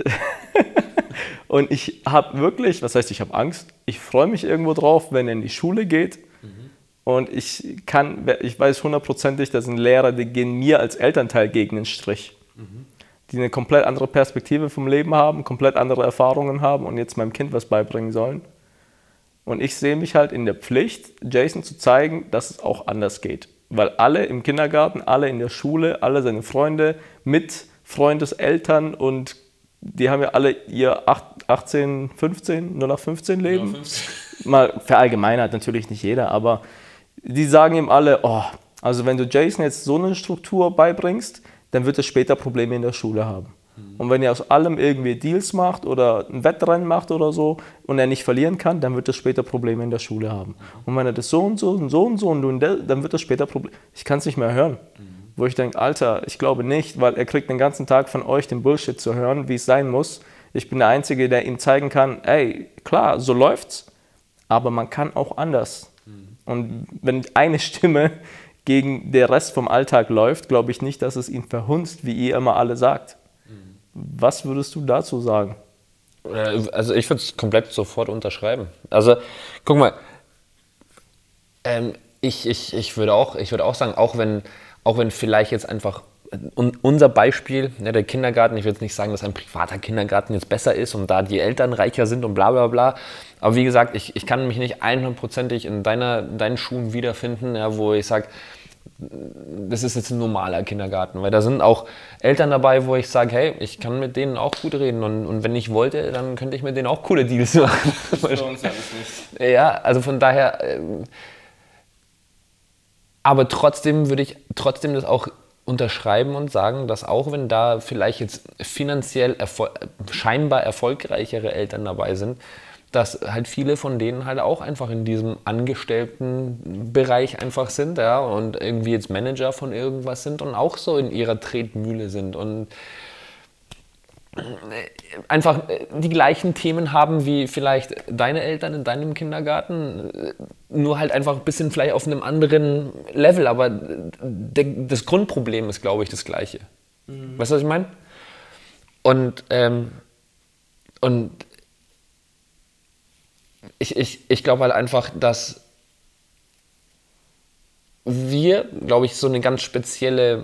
Und ich habe wirklich, was heißt, ich habe Angst, ich freue mich irgendwo drauf, wenn er in die Schule geht. Mhm. Und ich weiß hundertprozentig, dass ein Lehrer, die gehen mir als Elternteil gegen den Strich. Mhm. Die eine komplett andere Perspektive vom Leben haben, komplett andere Erfahrungen haben und jetzt meinem Kind was beibringen sollen. Und ich sehe mich halt in der Pflicht, Jason zu zeigen, dass es auch anders geht. Weil alle im Kindergarten, alle in der Schule, alle seine Freunde, Freundeseltern und die haben ja alle ihr 18, 15, nur nach 15 Leben. Ja, 15. Mal verallgemeinert natürlich nicht jeder, aber die sagen ihm alle, also wenn du Jason jetzt so eine Struktur beibringst, dann wird er später Probleme in der Schule haben. Und wenn er aus allem irgendwie Deals macht oder ein Wettrennen macht oder so und er nicht verlieren kann, dann wird er später Probleme in der Schule haben. Und wenn er das so und so und so und so und dann wird er später Probleme. Ich kann es nicht mehr hören. Wo ich denke, Alter, ich glaube nicht, weil er kriegt den ganzen Tag von euch den Bullshit zu hören, wie es sein muss. Ich bin der Einzige, der ihm zeigen kann, ey, klar, so läuft's, aber man kann auch anders. Und wenn eine Stimme gegen den Rest vom Alltag läuft, glaube ich nicht, dass es ihn verhunzt, wie ihr immer alle sagt. Was würdest du dazu sagen? Also ich würde es komplett sofort unterschreiben. Also guck mal, ich würde auch sagen, auch wenn vielleicht jetzt einfach unser Beispiel, ne, der Kindergarten, ich will jetzt nicht sagen, dass ein privater Kindergarten jetzt besser ist und da die Eltern reicher sind und bla bla bla, aber wie gesagt, ich kann mich nicht 100%ig in deinen Schuhen wiederfinden, ja, wo ich sage, das ist jetzt ein normaler Kindergarten, weil da sind auch Eltern dabei, wo ich sage, hey, ich kann mit denen auch gut reden und wenn ich wollte, dann könnte ich mit denen auch coole Deals machen. Für uns alles nicht. Ja, also von daher, aber trotzdem würde ich das auch unterschreiben und sagen, dass auch wenn da vielleicht jetzt finanziell scheinbar erfolgreichere Eltern dabei sind, dass halt viele von denen halt auch einfach in diesem Angestelltenbereich einfach sind, ja, und irgendwie jetzt Manager von irgendwas sind und auch so in ihrer Tretmühle sind und einfach die gleichen Themen haben wie vielleicht deine Eltern in deinem Kindergarten, nur halt einfach ein bisschen vielleicht auf einem anderen Level, aber das Grundproblem ist, glaube ich, das gleiche. Weißt du, was ich meine? Und ich glaube halt einfach, dass wir, glaube ich, so eine ganz spezielle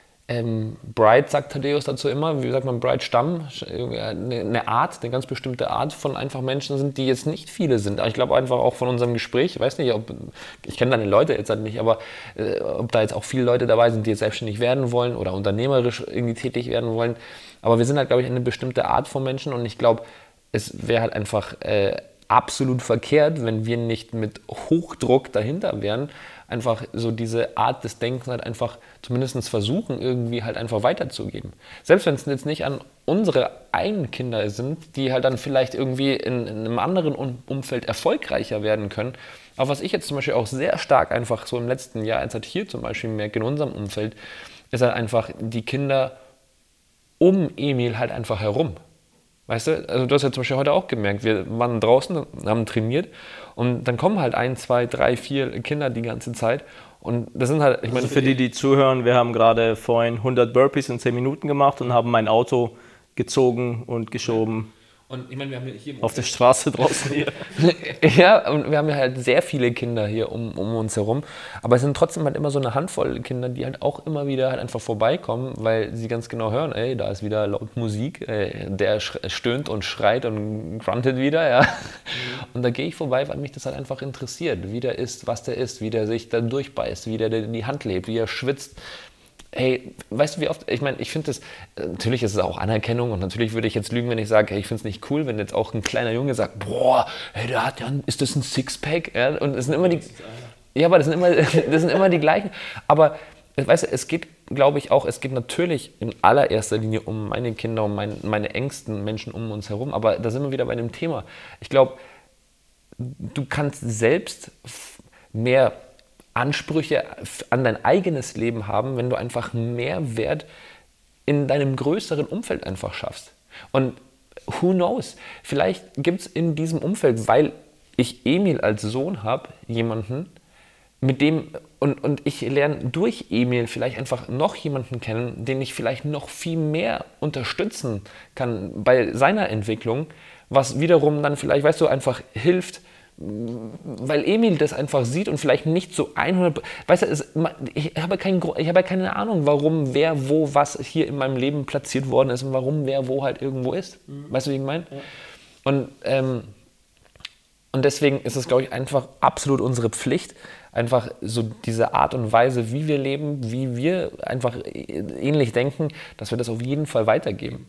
Bride, sagt Thaddeus dazu immer, wie sagt man, Bride-Stamm, eine ganz bestimmte Art von einfach Menschen sind, die jetzt nicht viele sind. Aber ich glaube einfach auch von unserem Gespräch, ich weiß nicht, ich kenne deine Leute jetzt halt nicht, aber ob da jetzt auch viele Leute dabei sind, die jetzt selbstständig werden wollen oder unternehmerisch irgendwie tätig werden wollen. Aber wir sind halt, glaube ich, eine bestimmte Art von Menschen und ich glaube, es wäre halt einfach absolut verkehrt, wenn wir nicht mit Hochdruck dahinter wären, einfach so diese Art des Denkens halt einfach zumindest versuchen, irgendwie halt einfach weiterzugeben. Selbst wenn es jetzt nicht an unsere eigenen Kinder sind, die halt dann vielleicht irgendwie in einem anderen Umfeld erfolgreicher werden können. Aber was ich jetzt zum Beispiel auch sehr stark einfach so im letzten Jahr, als halt hier zum Beispiel merke, in unserem Umfeld, ist halt einfach die Kinder um Emil halt einfach herum. Weißt du, also du hast ja zum Beispiel heute auch gemerkt, wir waren draußen, haben trainiert und dann kommen halt 1, 2, 3, 4 Kinder die ganze Zeit und das sind halt, ich meine... Also für die zuhören, wir haben gerade vorhin 100 Burpees in 10 Minuten gemacht und haben mein Auto gezogen und geschoben. Und ich meine, wir haben hier auf der Straße draußen hier. Ja, und wir haben ja halt sehr viele Kinder hier um uns herum. Aber es sind trotzdem halt immer so eine Handvoll Kinder, die halt auch immer wieder halt einfach vorbeikommen, weil sie ganz genau hören, ey, da ist wieder laut Musik, der stöhnt und schreit und gruntet wieder, ja. Und da gehe ich vorbei, weil mich das halt einfach interessiert, wie der ist, was der ist, wie der sich da durchbeißt, wie der in die Hand lebt, wie er schwitzt. Hey, weißt du, wie oft, ich meine, ich finde das, natürlich ist es auch Anerkennung und natürlich würde ich jetzt lügen, wenn ich sage, hey, ich finde es nicht cool, wenn jetzt auch ein kleiner Junge sagt, boah, hey, der hat ja, ist das ein Sixpack? Ja, und es sind immer die, ja, aber das sind immer die gleichen, aber weißt du, es geht, glaube ich auch, es geht natürlich in allererster Linie um meine Kinder, um meine engsten Menschen um uns herum, aber da sind wir wieder bei dem Thema. Ich glaube, du kannst selbst mehr Ansprüche an dein eigenes Leben haben, wenn du einfach mehr Wert in deinem größeren Umfeld einfach schaffst. Und who knows, vielleicht gibt es in diesem Umfeld, weil ich Emil als Sohn habe, jemanden, mit dem, und ich lerne durch Emil vielleicht einfach noch jemanden kennen, den ich vielleicht noch viel mehr unterstützen kann bei seiner Entwicklung, was wiederum dann vielleicht, weißt du, einfach hilft, weil Emil das einfach sieht und vielleicht nicht so 100%, weißt du, ich habe keine Ahnung, warum wer wo was hier in meinem Leben platziert worden ist und warum wer wo halt irgendwo ist. Weißt du, wie ich meine? Ja. Und deswegen ist es, glaube ich, einfach absolut unsere Pflicht, einfach so diese Art und Weise, wie wir leben, wie wir einfach ähnlich denken, dass wir das auf jeden Fall weitergeben.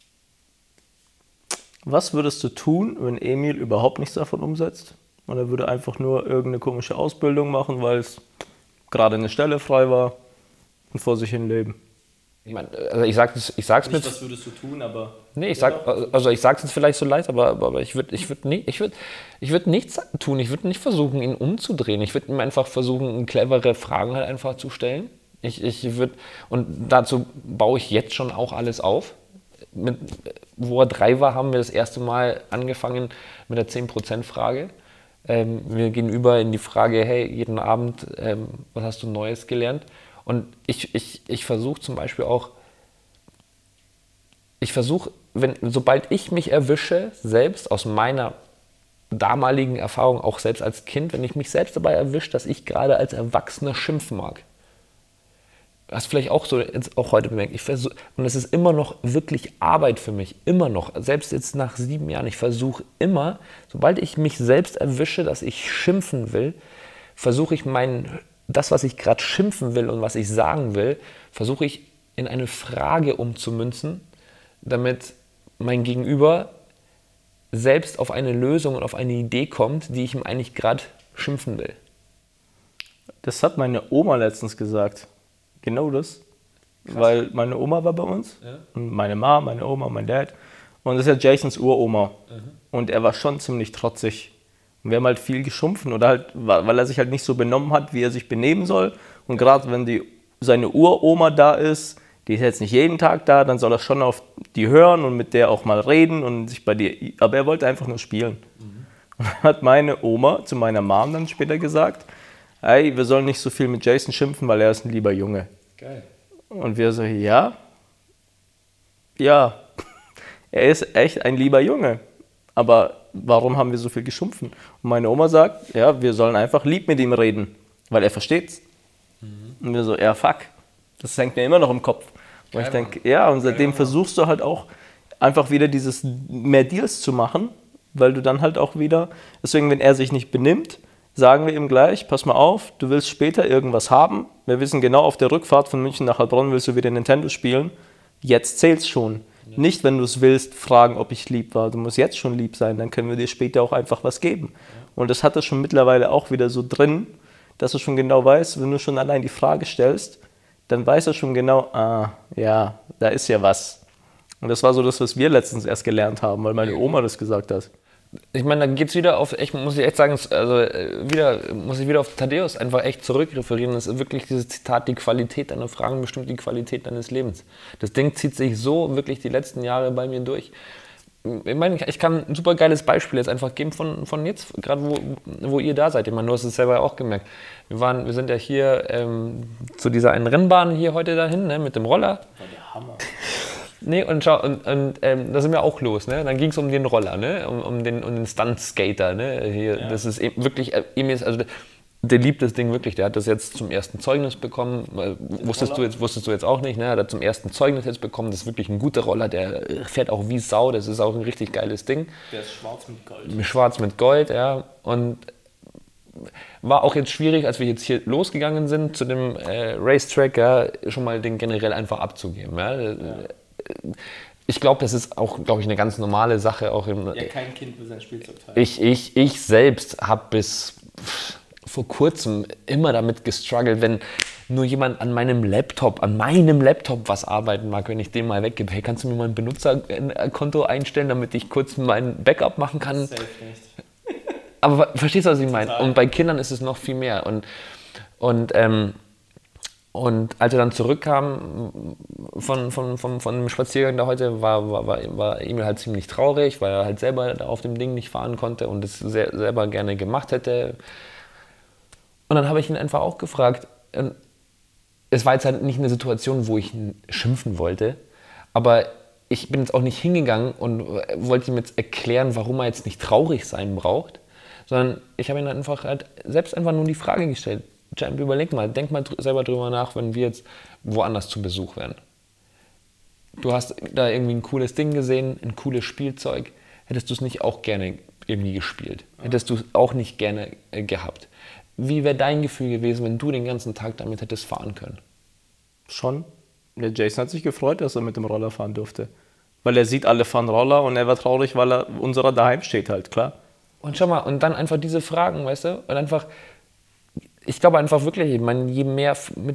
Was würdest du tun, wenn Emil überhaupt nichts davon umsetzt? Und er würde einfach nur irgendeine komische Ausbildung machen, weil es gerade eine Stelle frei war und vor sich hin leben? Ich meine, also ich sag's nicht, mit. Was würdest du tun, aber... Nee, ich sag's jetzt vielleicht so leicht, aber ich würde nichts tun. Ich würde nicht versuchen, ihn umzudrehen. Ich würde ihm einfach versuchen, clevere Fragen halt einfach zu stellen. Und dazu baue ich jetzt schon auch alles auf. Wo er 3 war, haben wir das erste Mal angefangen mit der 10%-Frage. Wir gehen über in die Frage, hey, jeden Abend, was hast du Neues gelernt? Und ich versuche zum Beispiel auch, sobald ich mich erwische, selbst aus meiner damaligen Erfahrung, auch selbst als Kind, wenn ich mich selbst dabei erwische, dass ich gerade als Erwachsener schimpfen mag. Das vielleicht auch so jetzt auch heute bemerkt. Und es ist immer noch wirklich Arbeit für mich, immer noch, selbst jetzt nach 7 Jahren. Ich versuche immer, sobald ich mich selbst erwische, dass ich schimpfen will, versuche ich das, was ich gerade schimpfen will und was ich sagen will, versuche ich in eine Frage umzumünzen, damit mein Gegenüber selbst auf eine Lösung und auf eine Idee kommt, die ich ihm eigentlich gerade schimpfen will. Das hat meine Oma letztens gesagt. Genau das. Krass. Weil meine Oma war bei uns. Ja. Und meine Mom, meine Oma, mein Dad. Und das ist ja Jasons Uroma. Und er war schon ziemlich trotzig. Und wir haben halt viel geschumpfen. Oder halt, weil er sich halt nicht so benommen hat, wie er sich benehmen soll. Und gerade wenn seine Uroma da ist, die ist jetzt nicht jeden Tag da, dann soll er schon auf die hören und mit der auch mal reden und sich bei dir. Aber er wollte einfach nur spielen. Und dann hat meine Oma zu meiner Mom dann später gesagt, hey, wir sollen nicht so viel mit Jason schimpfen, weil er ist ein lieber Junge. Geil. Und wir so, ja, er ist echt ein lieber Junge. Aber warum haben wir so viel geschumpfen? Und meine Oma sagt, ja, wir sollen einfach lieb mit ihm reden, weil er versteht's. Und wir so, ja, fuck, das hängt mir immer noch im Kopf. Und ich denke, ja, und seitdem versuchst du halt auch einfach wieder dieses mehr Deals zu machen, weil du dann halt auch wieder, deswegen, wenn er sich nicht benimmt, sagen wir ihm gleich, pass mal auf, du willst später irgendwas haben. Wir wissen genau, auf der Rückfahrt von München nach Heilbronn willst du wieder Nintendo spielen. Jetzt zählt's schon. Ja. Nicht, wenn du es willst, fragen, ob ich lieb war. Du musst jetzt schon lieb sein, dann können wir dir später auch einfach was geben. Ja. Und das hat er schon mittlerweile auch wieder so drin, dass er schon genau weiß, wenn du schon allein die Frage stellst, dann weiß er schon genau, ja, da ist ja was. Und das war so das, was wir letztens erst gelernt haben, weil meine Oma das gesagt hat. Ich meine, da geht es wieder auf, muss ich echt sagen, muss ich wieder auf Thaddäus einfach echt zurückreferieren. Das ist wirklich dieses Zitat, die Qualität deiner Fragen bestimmt die Qualität deines Lebens. Das Ding zieht sich so wirklich die letzten Jahre bei mir durch. Ich meine, ich kann ein super geiles Beispiel jetzt einfach geben von jetzt, gerade wo ihr da seid. Ich meine, du hast es selber auch gemerkt. Wir sind ja hier zu dieser einen Rennbahn hier heute dahin, ne, mit dem Roller. Das war der Hammer. Nee, und schau, da sind wir auch los, ne? Dann ging es um den Roller, ne? Um den Stunt-Skater, ne? Hier, ja. Das ist eben wirklich, also der liebt das Ding wirklich, der hat das jetzt zum ersten Zeugnis bekommen, wusstest du jetzt auch nicht, ne? Der hat zum ersten Zeugnis jetzt bekommen, das ist wirklich ein guter Roller, der fährt auch wie Sau, das ist auch ein richtig geiles Ding. Der ist schwarz mit Gold. Schwarz mit Gold, ja, und war auch jetzt schwierig, als wir jetzt hier losgegangen sind zu dem Racetrack, ja, schon mal den generell einfach abzugeben, ja. Ich glaube, das ist auch, eine ganz normale Sache. Auch kein Kind will sein Spielzeug teilen. Ich selbst habe bis vor kurzem immer damit gestruggelt, wenn nur jemand an meinem Laptop was arbeiten mag, wenn ich den mal weggebe. Hey, kannst du mir mal ein Benutzerkonto einstellen, damit ich kurz mein Backup machen kann? Safe nicht. Aber verstehst du, was ich meine? Und bei Kindern ist es noch viel mehr. Und als wir dann zurückkamen von dem Spaziergang da heute, war Emil halt ziemlich traurig, weil er halt selber auf dem Ding nicht fahren konnte und es selber gerne gemacht hätte. Und dann habe ich ihn einfach auch gefragt. Es war jetzt halt nicht eine Situation, wo ich ihn schimpfen wollte, aber ich bin jetzt auch nicht hingegangen und wollte ihm jetzt erklären, warum er jetzt nicht traurig sein braucht, sondern ich habe ihn einfach selbst einfach nur die Frage gestellt. Champ, überleg mal, denk mal selber drüber nach, wenn wir jetzt woanders zu Besuch wären. Du hast da irgendwie ein cooles Ding gesehen, ein cooles Spielzeug. Hättest du es nicht auch gerne irgendwie gespielt? Hättest du es auch nicht gerne gehabt? Wie wäre dein Gefühl gewesen, wenn du den ganzen Tag damit hättest fahren können? Schon. Der Jason hat sich gefreut, dass er mit dem Roller fahren durfte. Weil er sieht, alle fahren Roller und er war traurig, weil unserer daheim steht halt, klar. Und schau mal, und dann einfach diese Fragen, weißt du? Und einfach... Ich glaube einfach wirklich, ich meine, je mehr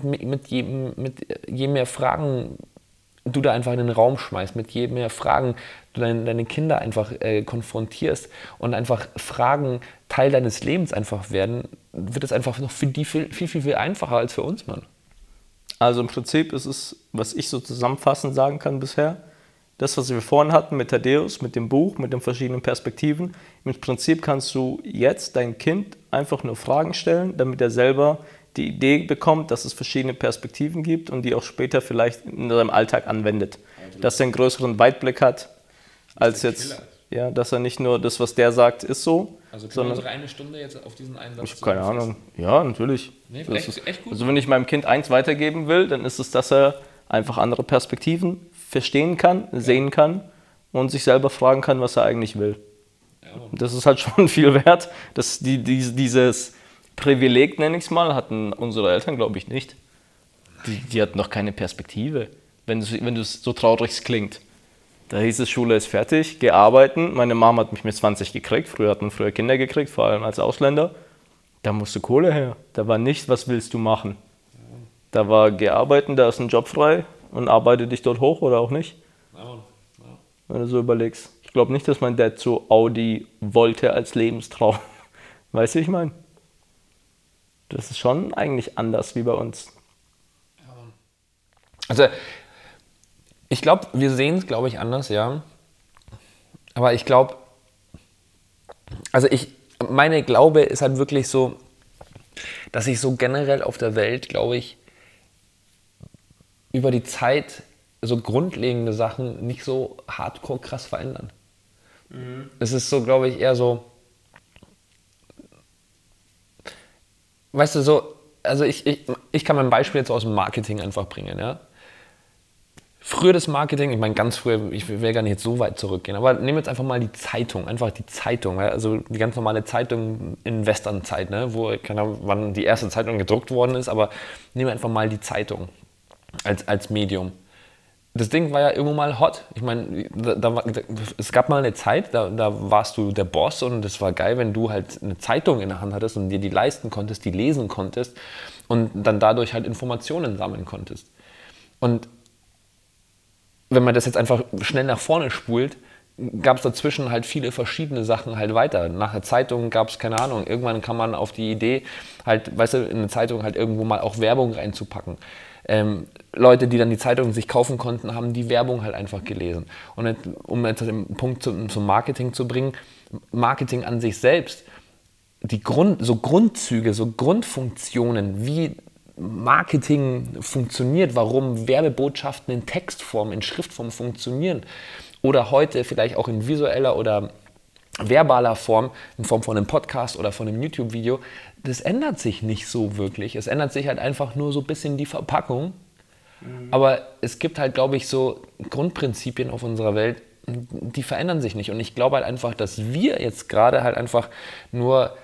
Fragen du da einfach in den Raum schmeißt, mit je mehr Fragen du deine Kinder einfach konfrontierst und einfach Fragen Teil deines Lebens einfach werden, wird es einfach noch für die viel einfacher als für uns, Mann. Also im Prinzip ist es, was ich so zusammenfassend sagen kann bisher, das, was wir vorhin hatten mit Thaddeus, mit dem Buch, mit den verschiedenen Perspektiven. Im Prinzip kannst du jetzt dein Kind einfach nur Fragen stellen, damit er selber die Idee bekommt, dass es verschiedene Perspektiven gibt und die auch später vielleicht in seinem Alltag anwendet. Dass er einen größeren Weitblick hat, als jetzt, ja, dass er nicht nur das, was der sagt, ist so. Also können wir unsere eine Stunde jetzt auf diesen einen Satz? Ich habe keine Ahnung. Ja, natürlich. Nee, echt gut. Also wenn ich meinem Kind eins weitergeben will, dann ist es, dass er einfach andere Perspektiven verstehen kann, sehen kann und sich selber fragen kann, was er eigentlich will. Ja. Das ist halt schon viel wert. Dieses Privileg, nenne ich es mal, hatten unsere Eltern, glaube ich, nicht. Die hatten noch keine Perspektive, wenn es so traurig klingt. Da hieß es, Schule ist fertig, geh arbeiten. Meine Mama hat mich mit 20 gekriegt. Früher hat man Kinder gekriegt, vor allem als Ausländer. Da musste Kohle her. Da war nicht, was willst du machen? Da war, geh arbeiten, da ist ein Job frei und arbeite dich dort hoch oder auch nicht. Ja. Wenn du so überlegst. Ich glaube nicht, dass mein Dad so Audi wollte als Lebenstraum. Weißt du, wie ich meine? Das ist schon eigentlich anders wie bei uns. Also, ich glaube, wir sehen es, glaube ich, anders, ja. Aber ich glaube, meine Glaube ist halt wirklich so, dass sich so generell auf der Welt, glaube ich, über die Zeit so grundlegende Sachen nicht so hardcore krass verändern. Es ist so, glaube ich, eher so, weißt du, so, also ich kann mein Beispiel jetzt aus dem Marketing einfach bringen, ja. Früher das Marketing, ich meine ganz früher, ich will gar nicht jetzt so weit zurückgehen, aber nehmen wir jetzt einfach mal die Zeitung, also die ganz normale Zeitung in Westernzeit, ne, wo, keine Ahnung, wann die erste Zeitung gedruckt worden ist, aber nehmen wir einfach mal die Zeitung als Medium. Das Ding war ja irgendwo mal hot. Ich meine, es gab mal eine Zeit, da warst du der Boss und es war geil, wenn du halt eine Zeitung in der Hand hattest und dir die leisten konntest, die lesen konntest und dann dadurch halt Informationen sammeln konntest. Und wenn man das jetzt einfach schnell nach vorne spult, gab es dazwischen halt viele verschiedene Sachen halt weiter. Nach der Zeitung gab es, keine Ahnung, irgendwann kam man auf die Idee, halt, weißt du, in eine Zeitung halt irgendwo mal auch Werbung reinzupacken. Leute, die dann die Zeitung sich kaufen konnten, haben die Werbung halt einfach gelesen. Und um jetzt den Punkt zum Marketing zu bringen, Marketing an sich selbst, so Grundzüge, so Grundfunktionen, wie Marketing funktioniert, warum Werbebotschaften in Textform, in Schriftform funktionieren oder heute vielleicht auch in visueller oder verbaler Form, in Form von einem Podcast oder von einem YouTube-Video, das ändert sich nicht so wirklich. Es ändert sich halt einfach nur so ein bisschen die Verpackung. Aber es gibt halt, glaube ich, so Grundprinzipien auf unserer Welt, die verändern sich nicht. Und ich glaube halt einfach, dass wir jetzt gerade halt einfach nur,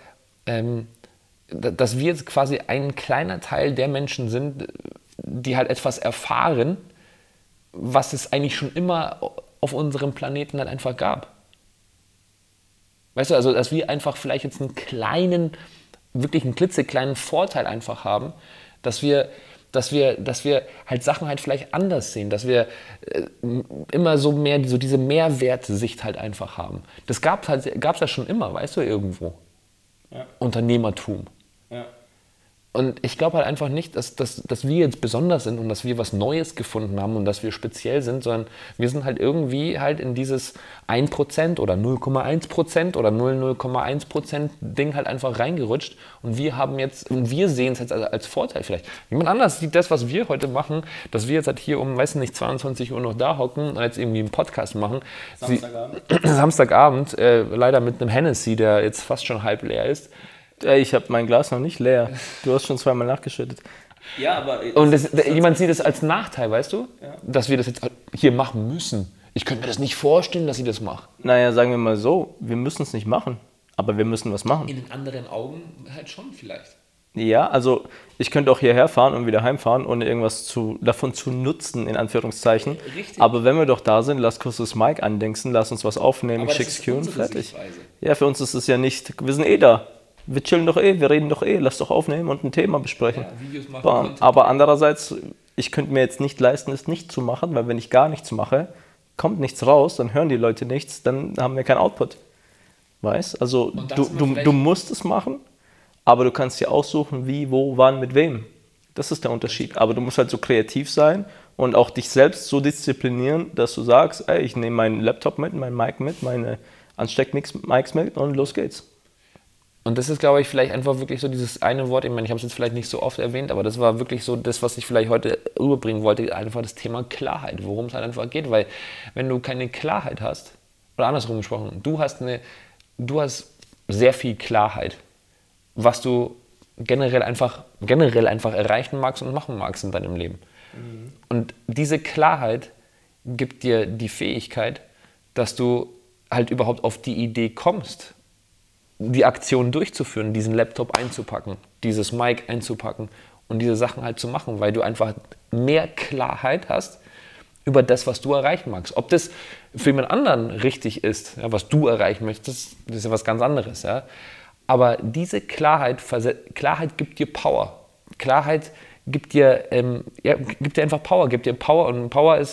dass wir jetzt quasi ein kleiner Teil der Menschen sind, die halt etwas erfahren, was es eigentlich schon immer auf unserem Planeten halt einfach gab. Weißt du, also dass wir einfach vielleicht jetzt wirklich einen klitzekleinen Vorteil einfach haben, dass wir halt Sachen halt vielleicht anders sehen, dass wir immer so mehr so diese Mehrwertsicht halt einfach haben. Das gab's ja schon immer, weißt du, irgendwo. Ja. Unternehmertum. Ja. Und ich glaube halt einfach nicht, dass wir jetzt besonders sind und dass wir was Neues gefunden haben und dass wir speziell sind, sondern wir sind halt irgendwie halt in dieses 1% oder 0,1% oder 0,1% Ding halt einfach reingerutscht und wir sehen es jetzt als Vorteil vielleicht. Jemand anders sieht das, was wir heute machen, dass wir jetzt halt hier um, weiß nicht, 22 Uhr noch da hocken und jetzt irgendwie einen Podcast machen. Samstagabend, leider mit einem Hennessy, der jetzt fast schon halb leer ist. Ich habe mein Glas noch nicht leer. Du hast schon zweimal nachgeschüttet. Ja, aber... Und jemand sieht es als Nachteil, weißt du? Ja. Dass wir das jetzt hier machen müssen. Ich könnte mir das nicht vorstellen, dass ich das mache. Naja, sagen wir mal so, wir müssen es nicht machen. Aber wir müssen was machen. In den anderen Augen halt schon vielleicht. Ja, also ich könnte auch hierher fahren und wieder heimfahren, ohne irgendwas davon zu nutzen, in Anführungszeichen. Richtig. Aber wenn wir doch da sind, lass kurz das Mic andingsen, lass uns was aufnehmen, ich schick's Q und fertig. Ja, für uns ist es ja nicht, wir sind da. Wir chillen doch wir reden doch lass doch aufnehmen und ein Thema besprechen. Ja, Videos machen. Aber andererseits, ich könnte mir jetzt nicht leisten, es nicht zu machen, weil wenn ich gar nichts mache, kommt nichts raus, dann hören die Leute nichts, dann haben wir keinen Output. Weißt? Also du musst es machen, aber du kannst dir aussuchen, wie, wo, wann, mit wem. Das ist der Unterschied. Aber du musst halt so kreativ sein und auch dich selbst so disziplinieren, dass du sagst, ey, ich nehme meinen Laptop mit, mein Mic mit, meine Ansteck-Mics mit und los geht's. Und das ist, glaube ich, vielleicht einfach wirklich so dieses eine Wort, ich meine, ich habe es jetzt vielleicht nicht so oft erwähnt, aber das war wirklich so das, was ich vielleicht heute rüberbringen wollte, einfach das Thema Klarheit, worum es halt einfach geht, weil wenn du keine Klarheit hast, oder andersrum gesprochen, du hast sehr viel Klarheit, was du generell einfach erreichen magst und machen magst in deinem Leben. Mhm. Und diese Klarheit gibt dir die Fähigkeit, dass du halt überhaupt auf die Idee kommst, die Aktion durchzuführen, diesen Laptop einzupacken, dieses Mic einzupacken und diese Sachen halt zu machen, weil du einfach mehr Klarheit hast über das, was du erreichen magst. Ob das für jemand anderen richtig ist, ja, was du erreichen möchtest, das ist ja was ganz anderes. Ja. Aber diese Klarheit gibt dir Power. Klarheit gibt dir einfach Power, gibt dir Power und Power ist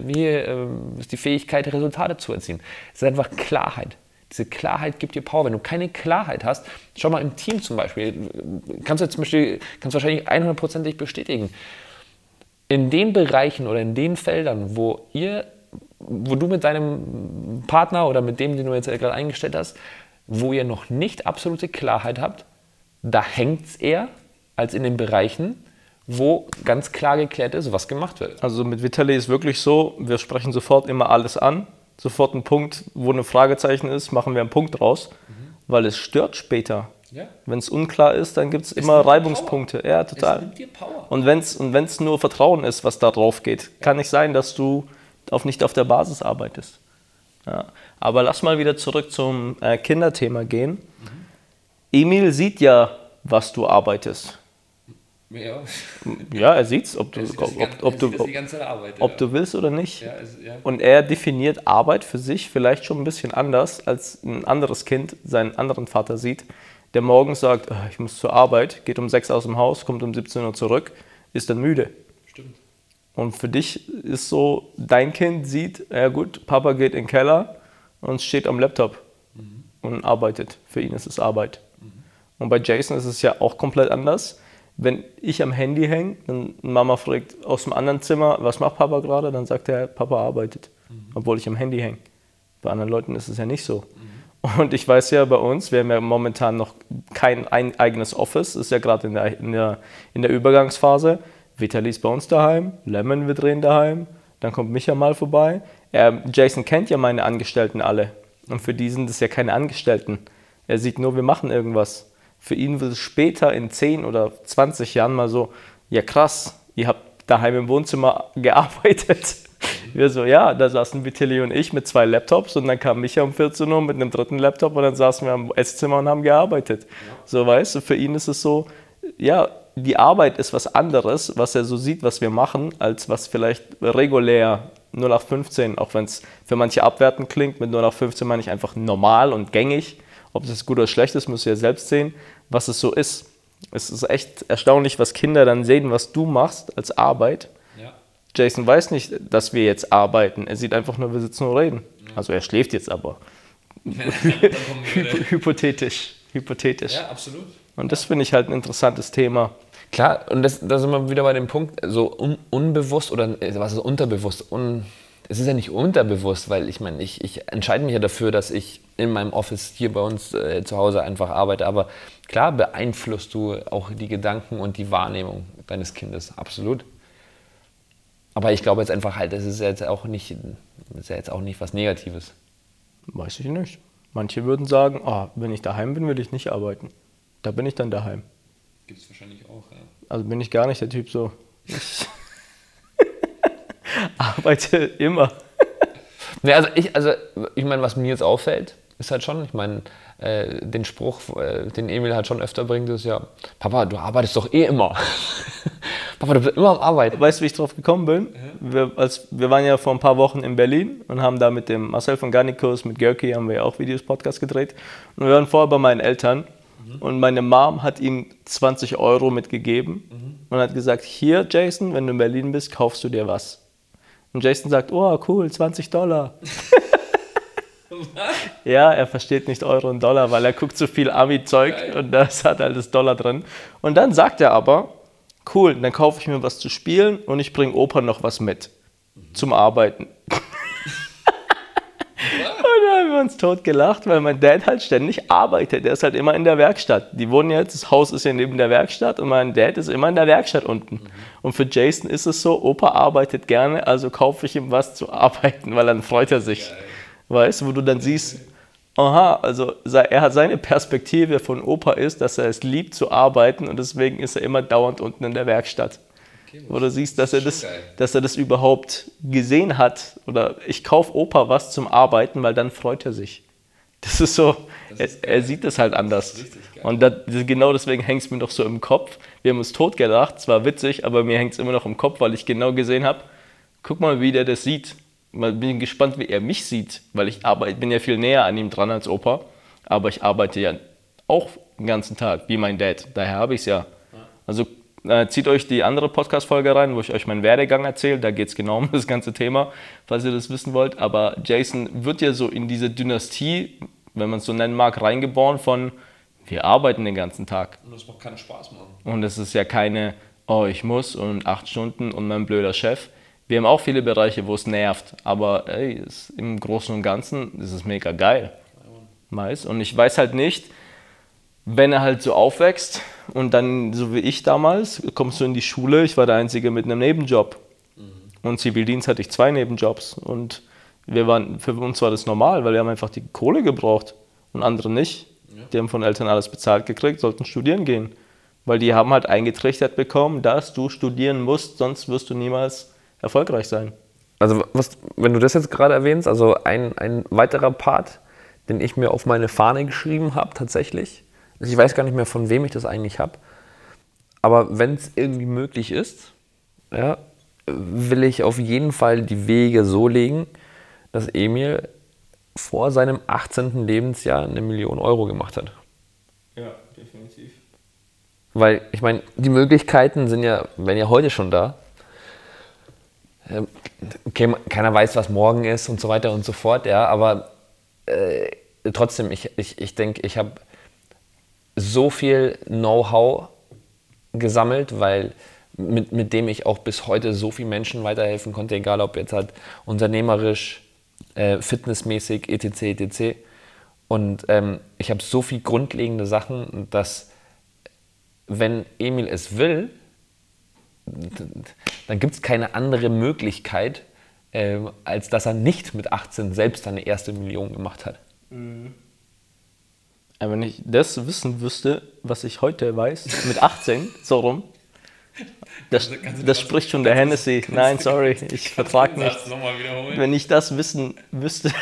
die Fähigkeit, Resultate zu erzielen. Es ist einfach Klarheit. Diese Klarheit gibt dir Power. Wenn du keine Klarheit hast, schau mal im Team zum Beispiel, kannst wahrscheinlich 100%ig bestätigen. In den Bereichen oder in den Feldern, wo du mit deinem Partner oder mit dem, den du jetzt gerade eingestellt hast, wo ihr noch nicht absolute Klarheit habt, da hängt es eher als in den Bereichen, wo ganz klar geklärt ist, was gemacht wird. Also mit Vitali ist wirklich so, wir sprechen sofort immer alles an. Sofort ein Punkt, wo ein Fragezeichen ist, machen wir einen Punkt raus, weil es stört später. Ja. Wenn es unklar ist, dann gibt es immer Reibungspunkte. Ja, total. Es nimmt dir Power. Und wenn's nur Vertrauen ist, was da drauf geht, kann nicht sein, dass du nicht auf der Basis arbeitest. Ja. Aber lass mal wieder zurück zum Kinderthema gehen. Emil sieht ja, was du arbeitest. Ja, ja, er sieht es, ob du willst oder nicht. Ja, und er definiert Arbeit für sich vielleicht schon ein bisschen anders, als ein anderes Kind seinen anderen Vater sieht, der morgens sagt, ich muss zur Arbeit, geht um 6 aus dem Haus, kommt um 17 Uhr zurück, ist dann müde. Stimmt. Und für dich ist so, dein Kind sieht, ja gut, Papa geht in den Keller und steht am Laptop und arbeitet. Für ihn ist es Arbeit. Und bei Jason ist es ja auch komplett anders. Wenn ich am Handy hänge, dann Mama fragt aus dem anderen Zimmer, was macht Papa gerade? Dann sagt er, Papa arbeitet, obwohl ich am Handy hänge. Bei anderen Leuten ist es ja nicht so. Und ich weiß ja bei uns, wir haben ja momentan noch kein eigenes Office, ist ja gerade in der Übergangsphase. Vitali ist bei uns daheim, Lemon, wir drehen daheim, dann kommt Micha mal vorbei. Jason kennt ja meine Angestellten alle und für die sind es ja keine Angestellten. Er sieht nur, wir machen irgendwas. Für ihn wird es später in 10 oder 20 Jahren mal so, ja krass, ihr habt daheim im Wohnzimmer gearbeitet. Wir so, ja, da saßen Vitali und ich mit 2 Laptops und dann kam Micha um 14 Uhr mit einem 3. Laptop und dann saßen wir am Esszimmer und haben gearbeitet. Ja. So, weißt du, für ihn ist es so, ja, die Arbeit ist was anderes, was er so sieht, was wir machen, als was vielleicht regulär 0815, auch wenn es für manche abwertend klingt, mit 0815 meine ich einfach normal und gängig. Ob das gut oder schlecht ist, müsst ihr ja selbst sehen, was es so ist. Es ist echt erstaunlich, was Kinder dann sehen, was du machst als Arbeit. Ja. Jason weiß nicht, dass wir jetzt arbeiten. Er sieht einfach nur, wir sitzen und reden. Ja. Also er schläft jetzt aber. Hypothetisch. Ja, absolut. Und das finde ich halt ein interessantes Thema. Klar, und da sind wir wieder bei dem Punkt, so unbewusst oder was ist unterbewusst? Es ist ja nicht unterbewusst, weil ich meine, ich entscheide mich ja dafür, dass ich in meinem Office hier bei uns zu Hause einfach arbeite. Aber klar beeinflusst du auch die Gedanken und die Wahrnehmung deines Kindes, absolut. Aber ich glaube jetzt einfach halt, das ist ja jetzt auch nicht was Negatives. Weiß ich nicht. Manche würden sagen, wenn ich daheim bin, will ich nicht arbeiten. Da bin ich dann daheim. Gibt es wahrscheinlich auch, ja. Also bin ich gar nicht der Typ so. Ich arbeite immer. Ja, also ich meine, was mir jetzt auffällt, ist halt schon, ich meine, den Spruch, den Emil halt schon öfter bringt, ist ja, Papa, du arbeitest doch eh immer. Papa, du bist immer am Arbeiten. Weißt du, wie ich drauf gekommen bin? Ja. Wir waren ja vor ein paar Wochen in Berlin und haben da mit dem Marcel von Garnikus, mit Görki, haben wir ja auch Podcast gedreht. Und wir waren vorher bei meinen Eltern und meine Mom hat ihm 20 € mitgegeben und hat gesagt, hier Jason, wenn du in Berlin bist, kaufst du dir was. Und Jason sagt, oh cool, $20. Ja, er versteht nicht Euro und Dollar, weil er guckt so viel Ami-Zeug und das hat halt das Dollar drin. Und dann sagt er aber, cool, dann kaufe ich mir was zu spielen und ich bringe Opa noch was mit zum Arbeiten. Und da haben wir uns tot gelacht, weil mein Dad halt ständig arbeitet. Der ist halt immer in der Werkstatt. Die wohnen jetzt, das Haus ist ja neben der Werkstatt und mein Dad ist immer in der Werkstatt unten. Und für Jason ist es so, Opa arbeitet gerne, also kaufe ich ihm was zu arbeiten, weil dann freut er sich. Weißt du, wo du dann siehst, aha, also er hat seine Perspektive von Opa ist, dass er es liebt zu arbeiten und deswegen ist er immer dauernd unten in der Werkstatt. Okay, wo du siehst, dass er das überhaupt gesehen hat. Oder ich kaufe Opa was zum Arbeiten, weil dann freut er sich. Das ist so, er sieht das halt anders. Und genau deswegen hängt es mir doch so im Kopf. Wir haben uns totgelacht, es war witzig, aber mir hängt es immer noch im Kopf, weil ich genau gesehen habe, guck mal, wie der das sieht. Ich bin gespannt, wie er mich sieht, weil ich bin ja viel näher an ihm dran als Opa. Aber ich arbeite ja auch den ganzen Tag, wie mein Dad. Daher habe ich es ja. Also zieht euch die andere Podcast-Folge rein, wo ich euch meinen Werdegang erzähle. Da geht es genau um das ganze Thema, falls ihr das wissen wollt. Aber Jason wird ja so in diese Dynastie, wenn man es so nennen mag, reingeboren von, wir arbeiten den ganzen Tag. Und das macht keinen Spaß, Mann. Und es ist ja keine, oh, ich muss und 8 Stunden und mein blöder Chef. Wir haben auch viele Bereiche, wo es nervt. Aber ey, im Großen und Ganzen ist es mega geil. Meist. Und ich weiß halt nicht, wenn er halt so aufwächst und dann, so wie ich damals, kommst du in die Schule, ich war der Einzige mit einem Nebenjob. Und Zivildienst hatte ich 2 Nebenjobs. Und für uns war das normal, weil wir haben einfach die Kohle gebraucht und andere nicht. Ja. Die haben von Eltern alles bezahlt gekriegt, sollten studieren gehen. Weil die haben halt eingetrichtert bekommen, dass du studieren musst, sonst wirst du niemals erfolgreich sein. Also wenn du das jetzt gerade erwähnst, also ein weiterer Part, den ich mir auf meine Fahne geschrieben habe tatsächlich, ich weiß gar nicht mehr, von wem ich das eigentlich habe, aber wenn es irgendwie möglich ist, ja, will ich auf jeden Fall die Wege so legen, dass Emil vor seinem 18. Lebensjahr 1 Million Euro gemacht hat. Ja, definitiv. Weil, ich meine, die Möglichkeiten wären ja heute schon da. Okay, keiner weiß, was morgen ist und so weiter und so fort, ja, aber trotzdem, ich denke, ich habe so viel Know-how gesammelt, weil mit dem ich auch bis heute so vielen Menschen weiterhelfen konnte, egal ob jetzt halt unternehmerisch, fitnessmäßig, etc. etc. Und ich habe so viel grundlegende Sachen, dass wenn Emil es will, dann gibt es keine andere Möglichkeit, als dass er nicht mit 18 selbst seine erste Million gemacht hat. Mhm. Aber wenn ich das wissen wüsste, was ich heute weiß, mit 18, so rum, das spricht schon der Hennessy. Nein, sorry, ich vertrag nicht. Wenn ich das wissen wüsste.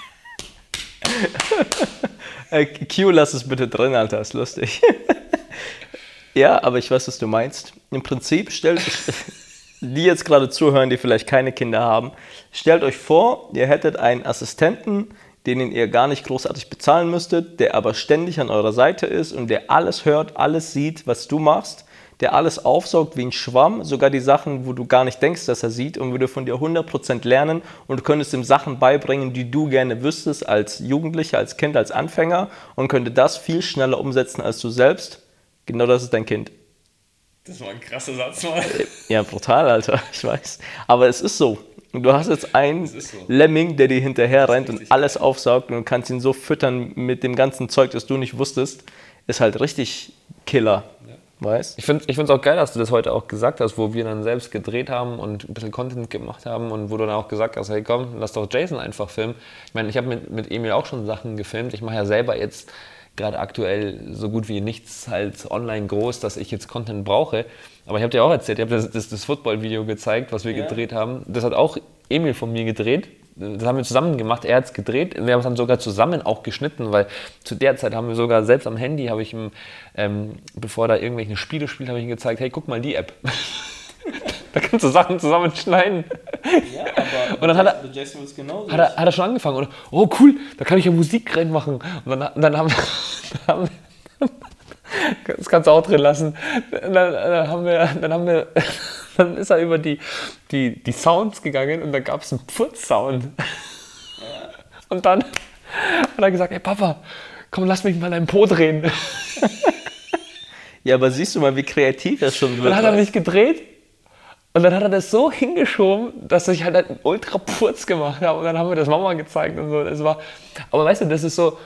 Q, lass es bitte drin, Alter, ist lustig. Ja, aber ich weiß, was du meinst. Im Prinzip die jetzt gerade zuhören, die vielleicht keine Kinder haben, stellt euch vor, ihr hättet einen Assistenten, den ihr gar nicht großartig bezahlen müsstet, der aber ständig an eurer Seite ist und der alles hört, alles sieht, was du machst, der alles aufsaugt wie ein Schwamm, sogar die Sachen, wo du gar nicht denkst, dass er sieht, und würde von dir 100% lernen und du könntest ihm Sachen beibringen, die du gerne wüsstest als Jugendlicher, als Kind, als Anfänger, und könnte das viel schneller umsetzen als du selbst. Genau das ist dein Kind. Das war ein krasser Satz, Mann. Ja, brutal, Alter, ich weiß. Aber es ist so. Du hast jetzt einen Lemming, der dir hinterher rennt und alles aufsaugt, und du kannst ihn so füttern mit dem ganzen Zeug, das du nicht wusstest. Ist halt richtig Killer. Ja. Weißt? Ich finde es auch geil, dass du das heute auch gesagt hast, wo wir dann selbst gedreht haben und ein bisschen Content gemacht haben und wo du dann auch gesagt hast, hey komm, lass doch Jason einfach filmen. Ich meine, ich habe mit Emil auch schon Sachen gefilmt. Ich mache ja selber jetzt gerade aktuell so gut wie nichts halt online groß, dass ich jetzt Content brauche. Aber ich habe dir auch erzählt, ich habe das Football-Video gezeigt, was wir gedreht haben. Das hat auch Emil von mir gedreht. Das haben wir zusammen gemacht, er hat es gedreht. Wir haben es dann sogar zusammen auch geschnitten, weil zu der Zeit haben wir sogar selbst am Handy, habe ich ihm, bevor da irgendwelche Spiele spielt, habe ich ihm gezeigt, hey, guck mal die App. Da kannst du Sachen zusammenschneiden. Ja, aber und dann hat er schon angefangen. Und, oh cool, da kann ich ja Musik reinmachen. Und dann haben wir das kannst du auch drin lassen. Dann ist er über die Sounds gegangen und da gab es einen Pfurz-Sound. Ja. Und dann hat er gesagt, hey Papa, komm, lass mich mal deinen Po drehen. Ja, aber siehst du mal, wie kreativ er schon wird. Dann hat er mich gedreht und dann hat er das so hingeschoben, dass ich halt einen Ultra-Purz gemacht habe und dann haben wir das Mama gezeigt und so. Das war, aber weißt du, das ist so,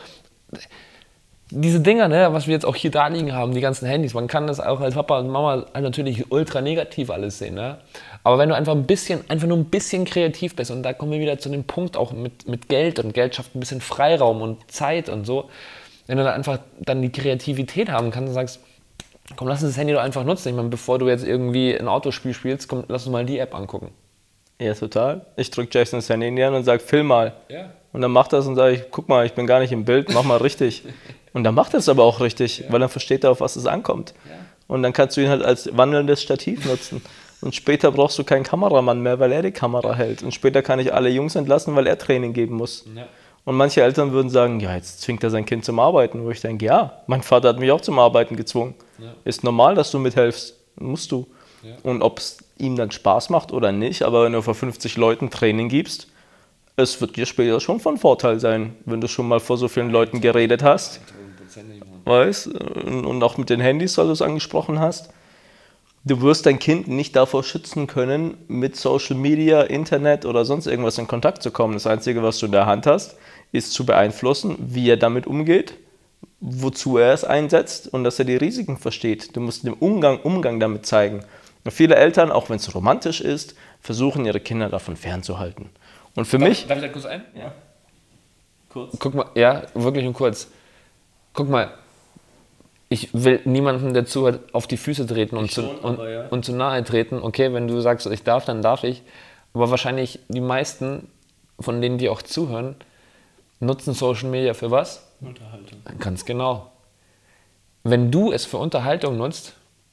diese Dinger, ne, was wir jetzt auch hier da liegen haben, die ganzen Handys, man kann das auch als Papa und Mama halt natürlich ultra negativ alles sehen, ne? Aber wenn du einfach nur ein bisschen kreativ bist und da kommen wir wieder zu dem Punkt auch mit Geld und Geld schafft ein bisschen Freiraum und Zeit und so, wenn du dann einfach dann die Kreativität haben kannst und sagst, komm, lass uns das Handy doch einfach nutzen. Ich meine, bevor du jetzt irgendwie ein Autospiel spielst, komm, lass uns mal die App angucken. Ja, total. Ich drücke Jason das Handy in die Hand und sage, film mal. Ja. Und dann macht er das und sage ich, guck mal, ich bin gar nicht im Bild, mach mal richtig. Und dann macht er es aber auch richtig, weil dann versteht er, auf was es ankommt. Ja. Und dann kannst du ihn halt als wandelndes Stativ nutzen. Und später brauchst du keinen Kameramann mehr, weil er die Kamera hält. Und später kann ich alle Jungs entlassen, weil er Training geben muss. Ja. Und manche Eltern würden sagen, ja, jetzt zwingt er sein Kind zum Arbeiten. Wo ich denke, ja, mein Vater hat mich auch zum Arbeiten gezwungen. Ja. Ist normal, dass du mithelfst. Musst du. Ja. Und ob es ihm dann Spaß macht oder nicht, aber wenn du vor 50 Leuten Training gibst, es wird dir später schon von Vorteil sein, wenn du schon mal vor so vielen Leuten geredet hast. Weißt? Und auch mit den Handys, weil du es angesprochen hast. Du wirst dein Kind nicht davor schützen können, mit Social Media, Internet oder sonst irgendwas in Kontakt zu kommen. Das Einzige, was du in der Hand hast, ist zu beeinflussen, wie er damit umgeht, wozu er es einsetzt und dass er die Risiken versteht. Du musst den Umgang damit zeigen. Und viele Eltern, auch wenn es romantisch ist, versuchen ihre Kinder davon fernzuhalten. Und für mich... Darf ich da kurz ein? Ja. Kurz. Guck mal, ja, wirklich nur kurz. Guck mal, ich will niemandem, der zuhört, auf die Füße treten und zu nahe treten. Okay, wenn du sagst, ich darf, dann darf ich. Aber wahrscheinlich die meisten, von denen die auch zuhören, nutzen Social Media für was? Unterhaltung. Ganz genau. Wenn du es für Unterhaltung nutzt,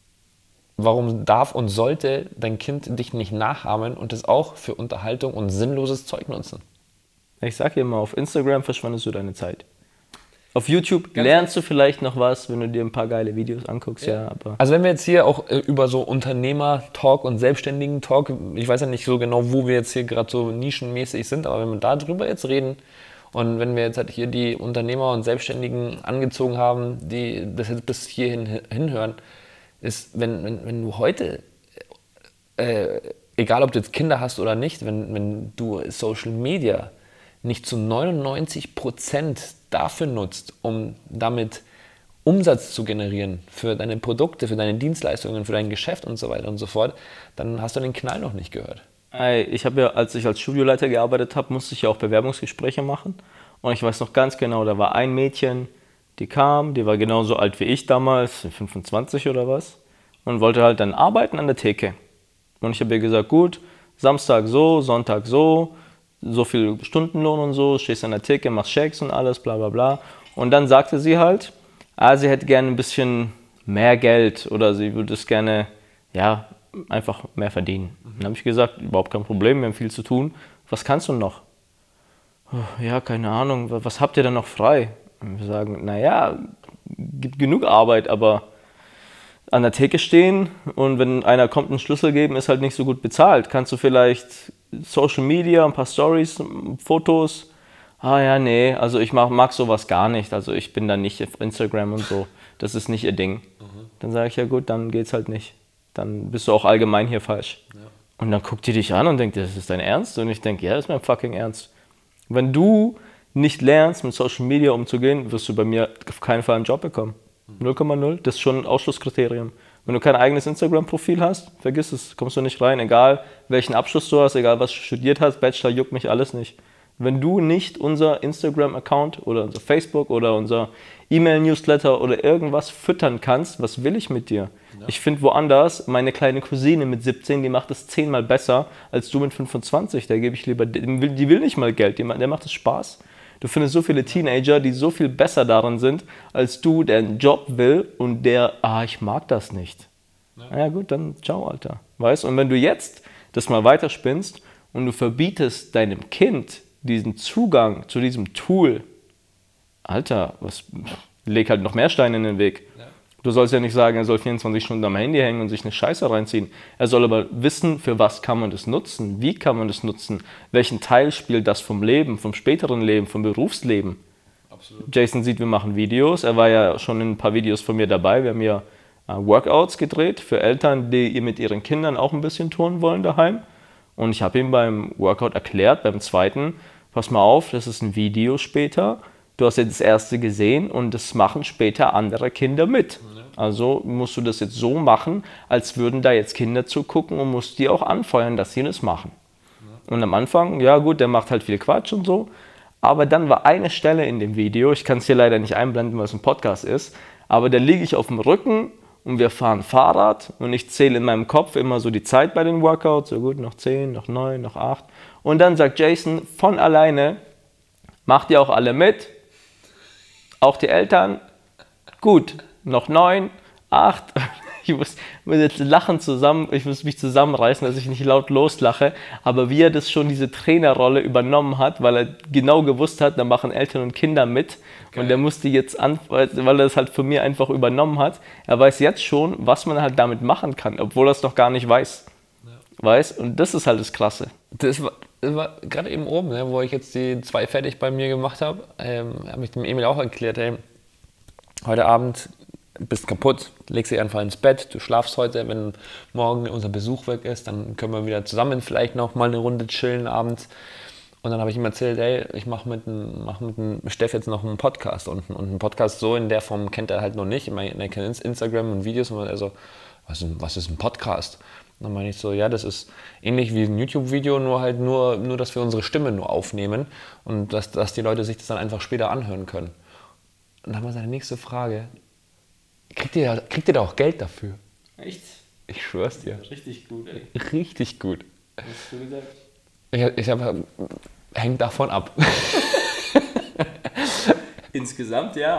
warum darf und sollte dein Kind dich nicht nachahmen und es auch für Unterhaltung und sinnloses Zeug nutzen? Ich sag dir immer, auf Instagram verschwendest du deine Zeit. Auf YouTube lernst du vielleicht noch was, wenn du dir ein paar geile Videos anguckst, ja. Aber also wenn wir jetzt hier auch über so Unternehmer-Talk und Selbstständigen-Talk, ich weiß ja nicht so genau, wo wir jetzt hier gerade so nischenmäßig sind, aber wenn wir darüber jetzt reden und wenn wir jetzt halt hier die Unternehmer und Selbstständigen angezogen haben, die das jetzt bis hierhin hinhören, ist, wenn du heute, egal ob du jetzt Kinder hast oder nicht, wenn du Social Media nicht zu 99% dafür nutzt, um damit Umsatz zu generieren für deine Produkte, für deine Dienstleistungen, für dein Geschäft und so weiter und so fort, dann hast du den Knall noch nicht gehört. ich habe ja, als ich als Studioleiter gearbeitet habe, musste ich ja auch Bewerbungsgespräche machen. Und ich weiß noch ganz genau, da war ein Mädchen, die kam, die war genauso alt wie ich damals, 25 oder was, und wollte halt dann arbeiten an der Theke. Und ich habe ihr gesagt, gut, Samstag so, Sonntag so viel Stundenlohn und so, stehst an der Theke, machst Shakes und alles, bla bla bla. Und dann sagte sie halt, sie hätte gerne ein bisschen mehr Geld oder sie würde es gerne, ja, einfach mehr verdienen. Dann habe ich gesagt, überhaupt kein Problem, wir haben viel zu tun. Was kannst du noch? Ja, keine Ahnung, was habt ihr denn noch frei? Und wir sagen, naja, gibt genug Arbeit, aber an der Theke stehen und wenn einer kommt, einen Schlüssel geben, ist halt nicht so gut bezahlt. Kannst du vielleicht Social Media, ein paar Stories, Fotos? Ja, nee, also ich mag sowas gar nicht. Also ich bin da nicht auf Instagram und so. Das ist nicht ihr Ding. Dann sage ich, ja gut, dann geht's halt nicht. Dann bist du auch allgemein hier falsch. Ja. Und dann guckt die dich an und denkt, das ist dein Ernst? Und ich denke, ja, das ist mein fucking Ernst. Wenn du nicht lernst, mit Social Media umzugehen, wirst du bei mir auf keinen Fall einen Job bekommen. 0,0, das ist schon ein Ausschlusskriterium. Wenn du kein eigenes Instagram-Profil hast, vergiss es, kommst du nicht rein, egal welchen Abschluss du hast, egal was du studiert hast, Bachelor juckt mich alles nicht. Wenn du nicht unser Instagram-Account oder unser Facebook oder unser E-Mail-Newsletter oder irgendwas füttern kannst, was will ich mit dir? Ja. Ich finde woanders, meine kleine Cousine mit 17, die macht es 10-mal besser als du mit 25, da gebe ich lieber, die will nicht mal Geld, der macht es Spaß. Du findest so viele Teenager, die so viel besser darin sind, als du, der einen Job will und der, ich mag das nicht. Ja gut, dann ciao, Alter. Weißt? Und wenn du jetzt das mal weiterspinnst und du verbietest deinem Kind diesen Zugang zu diesem Tool, Alter, leg halt noch mehr Steine in den Weg. Ja. Du sollst ja nicht sagen, er soll 24 Stunden am Handy hängen und sich eine Scheiße reinziehen. Er soll aber wissen, für was kann man das nutzen, wie kann man das nutzen, welchen Teil spielt das vom Leben, vom späteren Leben, vom Berufsleben. Absolut. Jason sieht, wir machen Videos. Er war ja schon in ein paar Videos von mir dabei. Wir haben ja Workouts gedreht für Eltern, die mit ihren Kindern auch ein bisschen turnen wollen daheim. Und ich habe ihm beim Workout erklärt, beim zweiten, pass mal auf, das ist ein Video später. Du hast jetzt das erste gesehen und das machen später andere Kinder mit. Also musst du das jetzt so machen, als würden da jetzt Kinder zugucken und musst die auch anfeuern, dass sie das machen. Und am Anfang, ja gut, der macht halt viel Quatsch und so. Aber dann war eine Stelle in dem Video, ich kann es hier leider nicht einblenden, weil es ein Podcast ist, aber da liege ich auf dem Rücken und wir fahren Fahrrad und ich zähle in meinem Kopf immer so die Zeit bei den Workouts, so gut, noch 10, noch 9, noch 8. Und dann sagt Jason von alleine, macht ihr auch alle mit? Auch die Eltern? Gut, noch 9, 8. Ich muss jetzt lachen zusammen, ich muss mich zusammenreißen, dass ich nicht laut loslache. Aber wie er das schon, diese Trainerrolle übernommen hat, weil er genau gewusst hat, da machen Eltern und Kinder mit. Okay. Und er musste jetzt, weil er das halt von mir einfach übernommen hat, er weiß jetzt schon, was man halt damit machen kann, obwohl er es noch gar nicht weiß. Ja. Weiß? Und das ist halt das Krasse. Das war gerade eben oben, ne, wo ich jetzt die 2 fertig bei mir gemacht habe, habe ich dem Emil auch erklärt, hey, heute Abend bist kaputt, legst dich einfach ins Bett, du schlafst heute, wenn morgen unser Besuch weg ist, dann können wir wieder zusammen vielleicht noch mal eine Runde chillen abends. Und dann habe ich ihm erzählt, ey, ich mache mit dem Steff jetzt noch einen Podcast und einen Podcast so in der Form kennt er halt noch nicht. Er kennt Instagram und Videos und er so, was ist ein Podcast? Und dann meine ich so, ja, das ist ähnlich wie ein YouTube-Video, nur dass wir unsere Stimme nur aufnehmen und dass die Leute sich das dann einfach später anhören können. Und dann haben wir seine nächste Frage. Kriegt ihr da auch Geld dafür? Echt? Ich schwör's dir. Richtig gut, ey. Richtig gut. Was hast du gesagt? Ich habe hängt davon ab. Insgesamt, ja.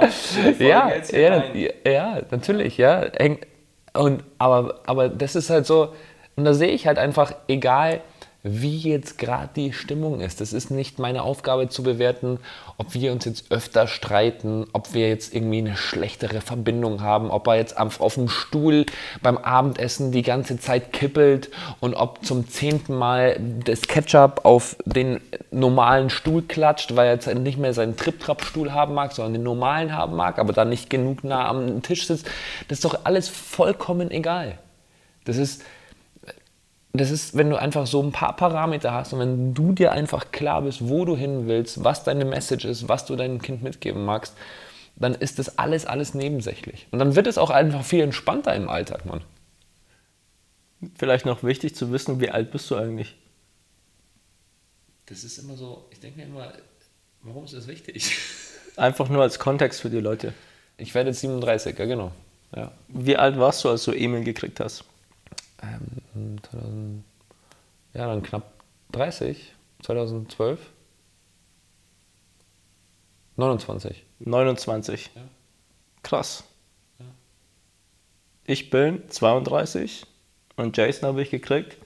Ja, natürlich, ja. Aber das ist halt so, und da sehe ich halt einfach, egal wie jetzt gerade die Stimmung ist. Das ist nicht meine Aufgabe zu bewerten, ob wir uns jetzt öfter streiten, ob wir jetzt irgendwie eine schlechtere Verbindung haben, ob er jetzt auf dem Stuhl beim Abendessen die ganze Zeit kippelt und ob zum 10. Mal das Ketchup auf den normalen Stuhl klatscht, weil er jetzt nicht mehr seinen Trip-Trap-Stuhl haben mag, sondern den normalen haben mag, aber dann nicht genug nah am Tisch sitzt. Das ist doch alles vollkommen egal. Das ist, wenn du einfach so ein paar Parameter hast und wenn du dir einfach klar bist, wo du hin willst, was deine Message ist, was du deinem Kind mitgeben magst, dann ist das alles nebensächlich. Und dann wird es auch einfach viel entspannter im Alltag, Mann. Vielleicht noch wichtig zu wissen, wie alt bist du eigentlich? Das ist immer so, ich denke mir immer, warum ist das wichtig? Einfach nur als Kontext für die Leute. Ich werde jetzt 37, ja genau. Ja. Wie alt warst du, als du Emil gekriegt hast? Dann knapp 30, 2012. 29. 29. Ja. Krass. Ja. Ich bin 32 und Jason habe ich gekriegt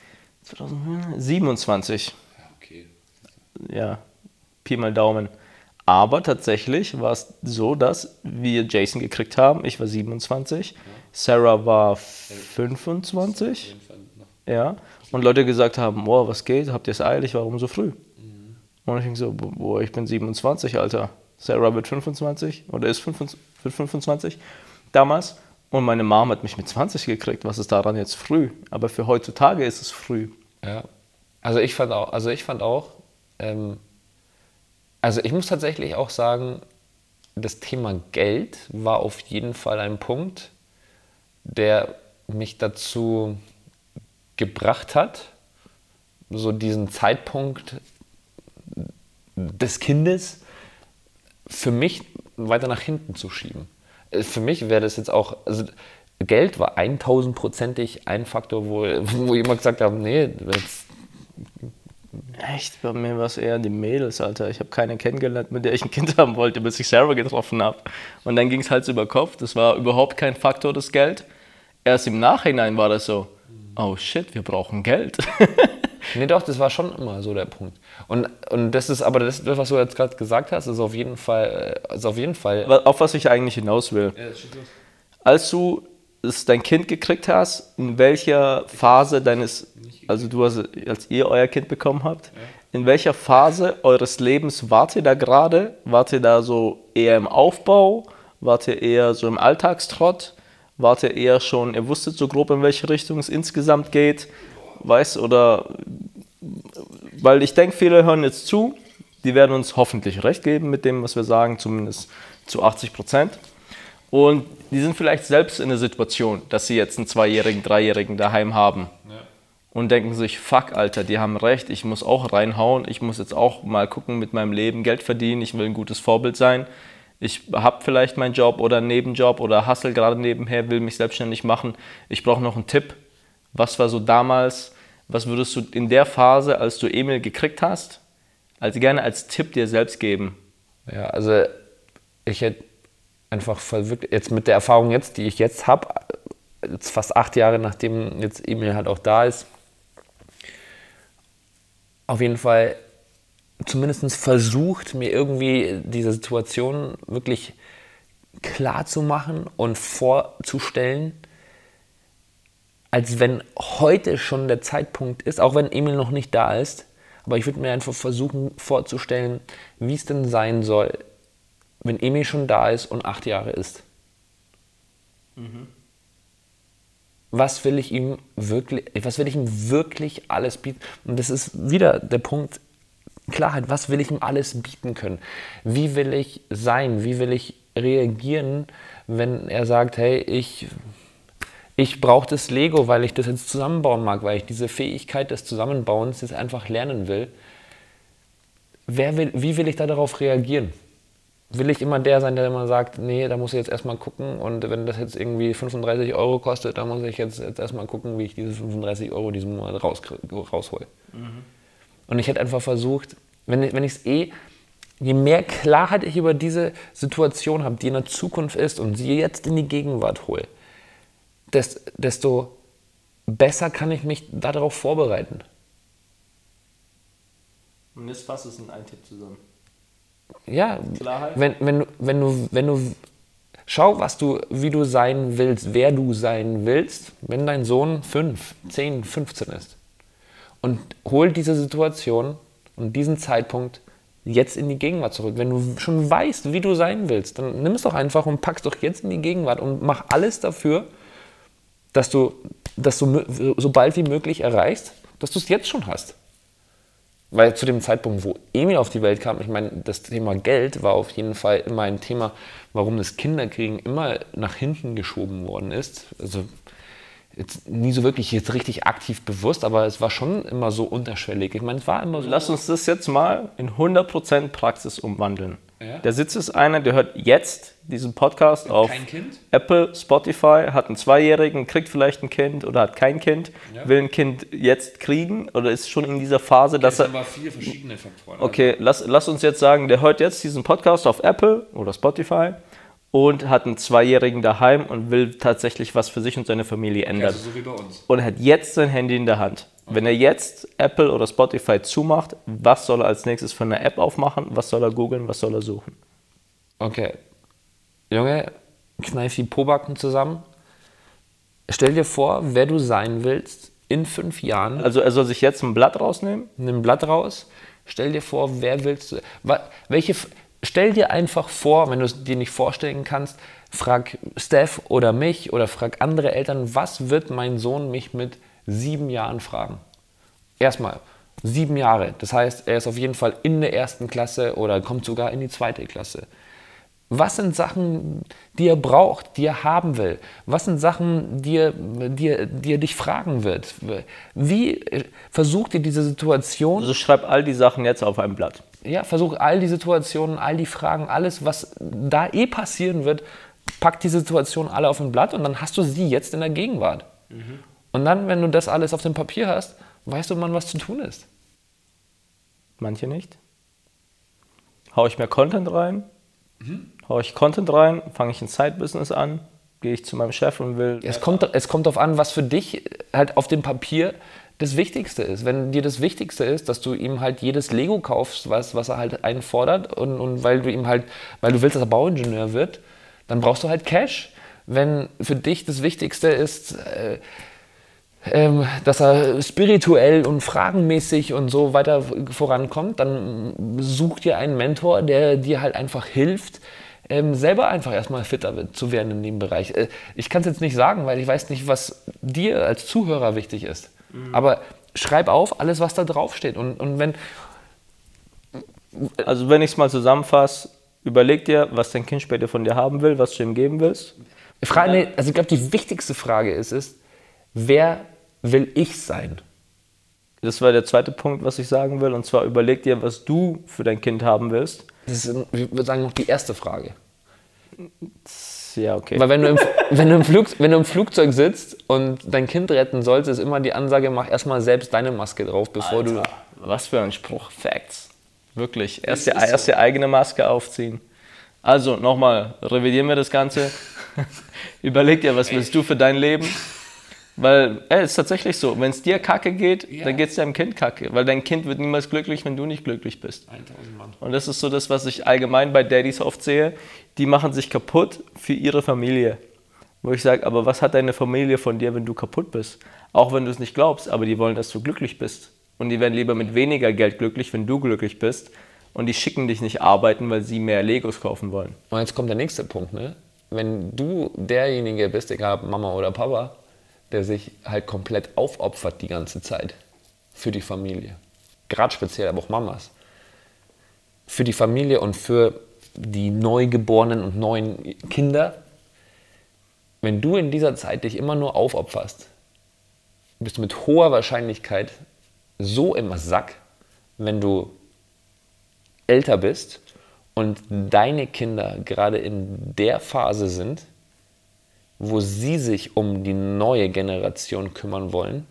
2027. Ja, okay. Ja, Pi mal Daumen. Aber tatsächlich war es so, dass wir Jason gekriegt haben. Ich war 27, ja. Sarah war 25. Ja. Und Leute gesagt haben, boah, was geht, habt ihr es eilig, warum so früh? Mhm. Und ich denke so, boah, ich bin 27, Alter. Sarah wird 25 oder ist 25 damals. Und meine Mom hat mich mit 20 gekriegt. Was ist daran jetzt früh? Aber für heutzutage ist es früh. Ja. Also ich fand auch, ich muss tatsächlich auch sagen, das Thema Geld war auf jeden Fall ein Punkt, der mich dazu gebracht hat, so diesen Zeitpunkt des Kindes für mich weiter nach hinten zu schieben. Für mich wäre das jetzt auch, also Geld war 1000%ig ein Faktor, wo jemand gesagt hat, nee, jetzt. Echt? Bei mir war es eher die Mädels, Alter. Ich habe keine kennengelernt, mit der ich ein Kind haben wollte, bis ich Sarah getroffen habe. Und dann ging es Hals über Kopf. Das war überhaupt kein Faktor, das Geld. Erst im Nachhinein war das so, oh shit, wir brauchen Geld. Nee, doch, das war schon immer so der Punkt. Und das ist aber das, was du jetzt gerade gesagt hast, ist auf jeden Fall. Auf was ich eigentlich hinaus will. Ja, das steht los. Als du dein Kind gekriegt hast, in welcher Phase als ihr euer Kind bekommen habt, ja. In welcher Phase eures Lebens wart ihr da gerade? Wart ihr da so eher im Aufbau? Wart ihr eher so im Alltagstrott? Wart ihr eher schon, ihr wusstet so grob, in welche Richtung es insgesamt geht? Weißt oder, weil ich denke, viele hören jetzt zu, die werden uns hoffentlich recht geben mit dem, was wir sagen, zumindest zu 80%. Und die sind vielleicht selbst in der Situation, dass sie jetzt einen 2-Jährigen, 3-Jährigen daheim haben. Ja. Und denken sich, fuck, Alter, die haben recht, ich muss auch reinhauen, ich muss jetzt auch mal gucken mit meinem Leben, Geld verdienen, ich will ein gutes Vorbild sein. Ich habe vielleicht meinen Job oder einen Nebenjob oder hustle gerade nebenher, will mich selbstständig machen. Ich brauche noch einen Tipp. Was war so damals, was würdest du in der Phase, als du Emil gekriegt hast, gerne als Tipp dir selbst geben? Ja, also ich hätte einfach jetzt mit der Erfahrung jetzt, die ich jetzt habe, jetzt fast 8 Jahre nachdem jetzt Emil halt auch da ist, auf jeden Fall zumindest versucht, mir irgendwie diese Situation wirklich klar zu machen und vorzustellen, als wenn heute schon der Zeitpunkt ist, auch wenn Emil noch nicht da ist, aber ich würde mir einfach versuchen vorzustellen, wie es denn sein soll, wenn Emil schon da ist und 8 Jahre ist. Mhm. Was will ich ihm wirklich alles bieten? Und das ist wieder der Punkt, Klarheit, was will ich ihm alles bieten können? Wie will ich sein? Wie will ich reagieren, wenn er sagt, hey, ich brauche das Lego, weil ich das jetzt zusammenbauen mag, weil ich diese Fähigkeit des Zusammenbauens jetzt einfach lernen will. Wie will ich da darauf reagieren? Will ich immer der sein, der immer sagt, nee, da muss ich jetzt erstmal gucken und wenn das jetzt irgendwie 35 € kostet, dann muss ich jetzt erstmal gucken, wie ich diese 35 € diesen Monat raushole. Mhm. Und ich hätte einfach versucht, wenn ich es je mehr Klarheit ich über diese Situation habe, die in der Zukunft ist und sie jetzt in die Gegenwart hole, desto besser kann ich mich darauf vorbereiten. Und jetzt fasst es in einen Tipp zusammen. Ja, Klarheit. Wenn du schau, wie du sein willst, wer du sein willst, wenn dein Sohn 5, 10, 15 ist. Und hol diese Situation und diesen Zeitpunkt jetzt in die Gegenwart zurück. Wenn du schon weißt, wie du sein willst, dann nimm es doch einfach und pack's doch jetzt in die Gegenwart und mach alles dafür, dass du so bald wie möglich erreichst, dass du es jetzt schon hast. Weil zu dem Zeitpunkt, wo Emil auf die Welt kam, ich meine, das Thema Geld war auf jeden Fall immer ein Thema, warum das Kinderkriegen immer nach hinten geschoben worden ist. Also jetzt nie so wirklich jetzt richtig aktiv bewusst, aber es war schon immer so unterschwellig. Ich meine, es war immer so. Lass uns das jetzt mal in 100% Praxis umwandeln. Ja? Der Sitz ist einer, der hört jetzt diesen Podcast auf Apple, Spotify, hat einen 2-Jährigen, kriegt vielleicht ein Kind oder hat kein Kind, will ein Kind jetzt kriegen oder ist schon in dieser Phase, dass er... Das sind aber viele verschiedene Faktoren. Okay, lass uns jetzt sagen, der hört jetzt diesen Podcast auf Apple oder Spotify und hat einen 2-Jährigen daheim und will tatsächlich was für sich und seine Familie ändern. Also so wie bei uns. Und hat jetzt sein Handy in der Hand. Wenn er jetzt Apple oder Spotify zumacht, was soll er als nächstes für eine App aufmachen? Was soll er googeln? Was soll er suchen? Okay. Junge, kneif die Pobacken zusammen. Stell dir vor, wer du sein willst in 5 Jahren. Also er soll sich jetzt ein Blatt rausnehmen? Nimm ein Blatt raus. Stell dir vor, wer willst du... Stell dir einfach vor, wenn du es dir nicht vorstellen kannst, frag Steph oder mich oder frag andere Eltern, was wird mein Sohn mich mit 7 Jahren fragen? Erstmal 7 Jahre. Das heißt, er ist auf jeden Fall in der 1. Klasse oder kommt sogar in die 2. Klasse. Was sind Sachen, die er braucht, die er haben will? Was sind Sachen, die er dich fragen wird? Wie versucht ihr diese Situation... Also schreib all die Sachen jetzt auf ein Blatt. Ja, versuch all die Situationen, all die Fragen, alles, was da passieren wird, pack die Situation alle auf ein Blatt und dann hast du sie jetzt in der Gegenwart. Mhm. Und dann, wenn du das alles auf dem Papier hast, weißt du, was zu tun ist. Manche nicht. Hau ich mehr Content rein? Hau ich Content rein? Fange ich ein Side-Business an? Gehe ich zu meinem Chef und will... Es kommt darauf an, was für dich halt auf dem Papier das Wichtigste ist. Wenn dir das Wichtigste ist, dass du ihm halt jedes Lego kaufst, was er halt einfordert und weil du willst, dass er Bauingenieur wird, dann brauchst du halt Cash. Wenn für dich das Wichtigste ist, dass er spirituell und fragenmäßig und so weiter vorankommt, dann such dir einen Mentor, der dir halt einfach hilft, selber einfach erstmal fitter zu werden in dem Bereich. Ich kann es jetzt nicht sagen, weil ich weiß nicht, was dir als Zuhörer wichtig ist. Aber schreib auf alles, was da draufsteht. Und wenn... Also wenn ich es mal zusammenfasse, überleg dir, was dein Kind später von dir haben will, was du ihm geben willst. Also ich glaube, die wichtigste Frage ist, wer will ich sein? Das war der zweite Punkt, was ich sagen will. Und zwar überleg dir, was du für dein Kind haben willst. Das ist, ich würde sagen, noch die erste Frage. Ja, okay. Weil wenn du im Flugzeug sitzt und dein Kind retten sollst, ist immer die Ansage, mach erstmal selbst deine Maske drauf, bevor Alter, du... Was für ein Spruch. Facts. Wirklich. Erst die eigene Maske aufziehen. Also, nochmal, revidieren wir das Ganze. Überleg dir, was willst du für dein Leben? Weil, es ist tatsächlich so, wenn es dir kacke geht, dann geht es deinem Kind kacke. Weil dein Kind wird niemals glücklich, wenn du nicht glücklich bist. 1000 Mann. Und das ist so das, was ich allgemein bei Daddys oft sehe. Die machen sich kaputt für ihre Familie. Wo ich sage, aber was hat deine Familie von dir, wenn du kaputt bist? Auch wenn du es nicht glaubst, aber die wollen, dass du glücklich bist. Und die werden lieber mit weniger Geld glücklich, wenn du glücklich bist. Und die schicken dich nicht arbeiten, weil sie mehr Legos kaufen wollen. Und jetzt kommt der nächste Punkt, ne? Wenn du derjenige bist, egal ob Mama oder Papa, der sich halt komplett aufopfert die ganze Zeit für die Familie, gerade speziell aber auch Mamas, für die Familie und für die Neugeborenen und neuen Kinder, wenn du in dieser Zeit dich immer nur aufopferst, bist du mit hoher Wahrscheinlichkeit so im Sack, wenn du älter bist und deine Kinder gerade in der Phase sind, wo sie sich um die neue Generation kümmern wollen,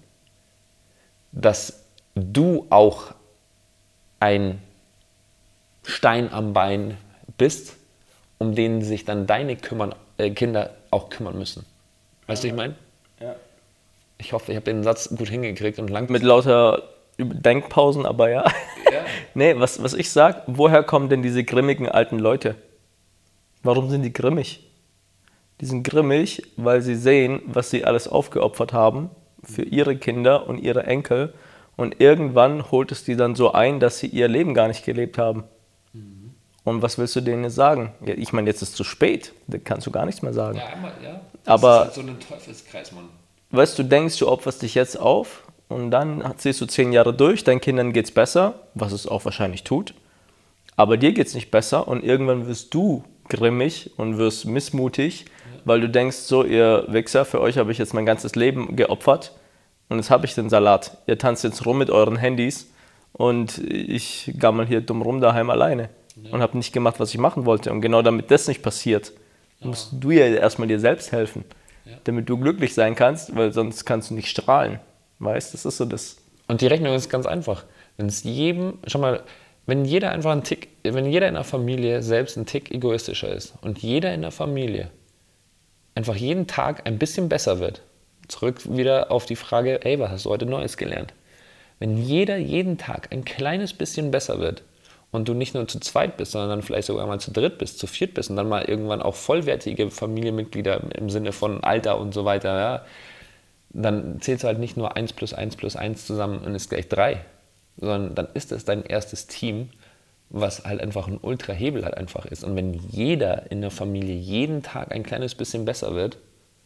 dass du auch ein Stein am Bein bist, um den sich dann deine Kinder auch kümmern müssen. Weißt du, was ich meine? Ja. Ich hoffe, ich habe den Satz gut hingekriegt und lang. Mit lauter Denkpausen, aber ja. Nee, was ich sag, woher kommen denn diese grimmigen alten Leute? Warum sind die grimmig? Die sind grimmig, weil sie sehen, was sie alles aufgeopfert haben für ihre Kinder und ihre Enkel. Und irgendwann holt es die dann so ein, dass sie ihr Leben gar nicht gelebt haben. Und was willst du denen jetzt sagen? Ja, ich meine, jetzt ist es zu spät. Da kannst du gar nichts mehr sagen. Ja. Aber ist halt so ein Teufelskreis, Mann. Weißt du, denkst, du opferst dich jetzt auf und dann ziehst du 10 Jahre durch, deinen Kindern geht's besser, was es auch wahrscheinlich tut. Aber dir geht's nicht besser und irgendwann wirst du grimmig und wirst missmutig, weil du denkst, so ihr Wichser, für euch habe ich jetzt mein ganzes Leben geopfert und jetzt habe ich den Salat. Ihr tanzt jetzt rum mit euren Handys und ich gammel hier dumm rum daheim alleine und habe nicht gemacht, was ich machen wollte. Und genau damit das nicht passiert, musst du ja erstmal dir selbst helfen, damit du glücklich sein kannst, weil sonst kannst du nicht strahlen. Weißt, das ist so das. Und die Rechnung ist ganz einfach. Wenn es jedem, schau mal, wenn jeder in der Familie selbst ein Tick egoistischer ist und jeder in der Familie einfach jeden Tag ein bisschen besser wird, zurück wieder auf die Frage, ey, was hast du heute Neues gelernt? Wenn jeder jeden Tag ein kleines bisschen besser wird und du nicht nur zu zweit bist, sondern dann vielleicht sogar mal zu dritt bist, zu viert bist und dann mal irgendwann auch vollwertige Familienmitglieder im Sinne von Alter und so weiter, ja, dann zählst du halt nicht nur 1 plus 1 plus 1 zusammen und ist gleich 3, sondern dann ist es dein erstes Team, was halt einfach ein Ultrahebel halt einfach ist. Und wenn jeder in der Familie jeden Tag ein kleines bisschen besser wird,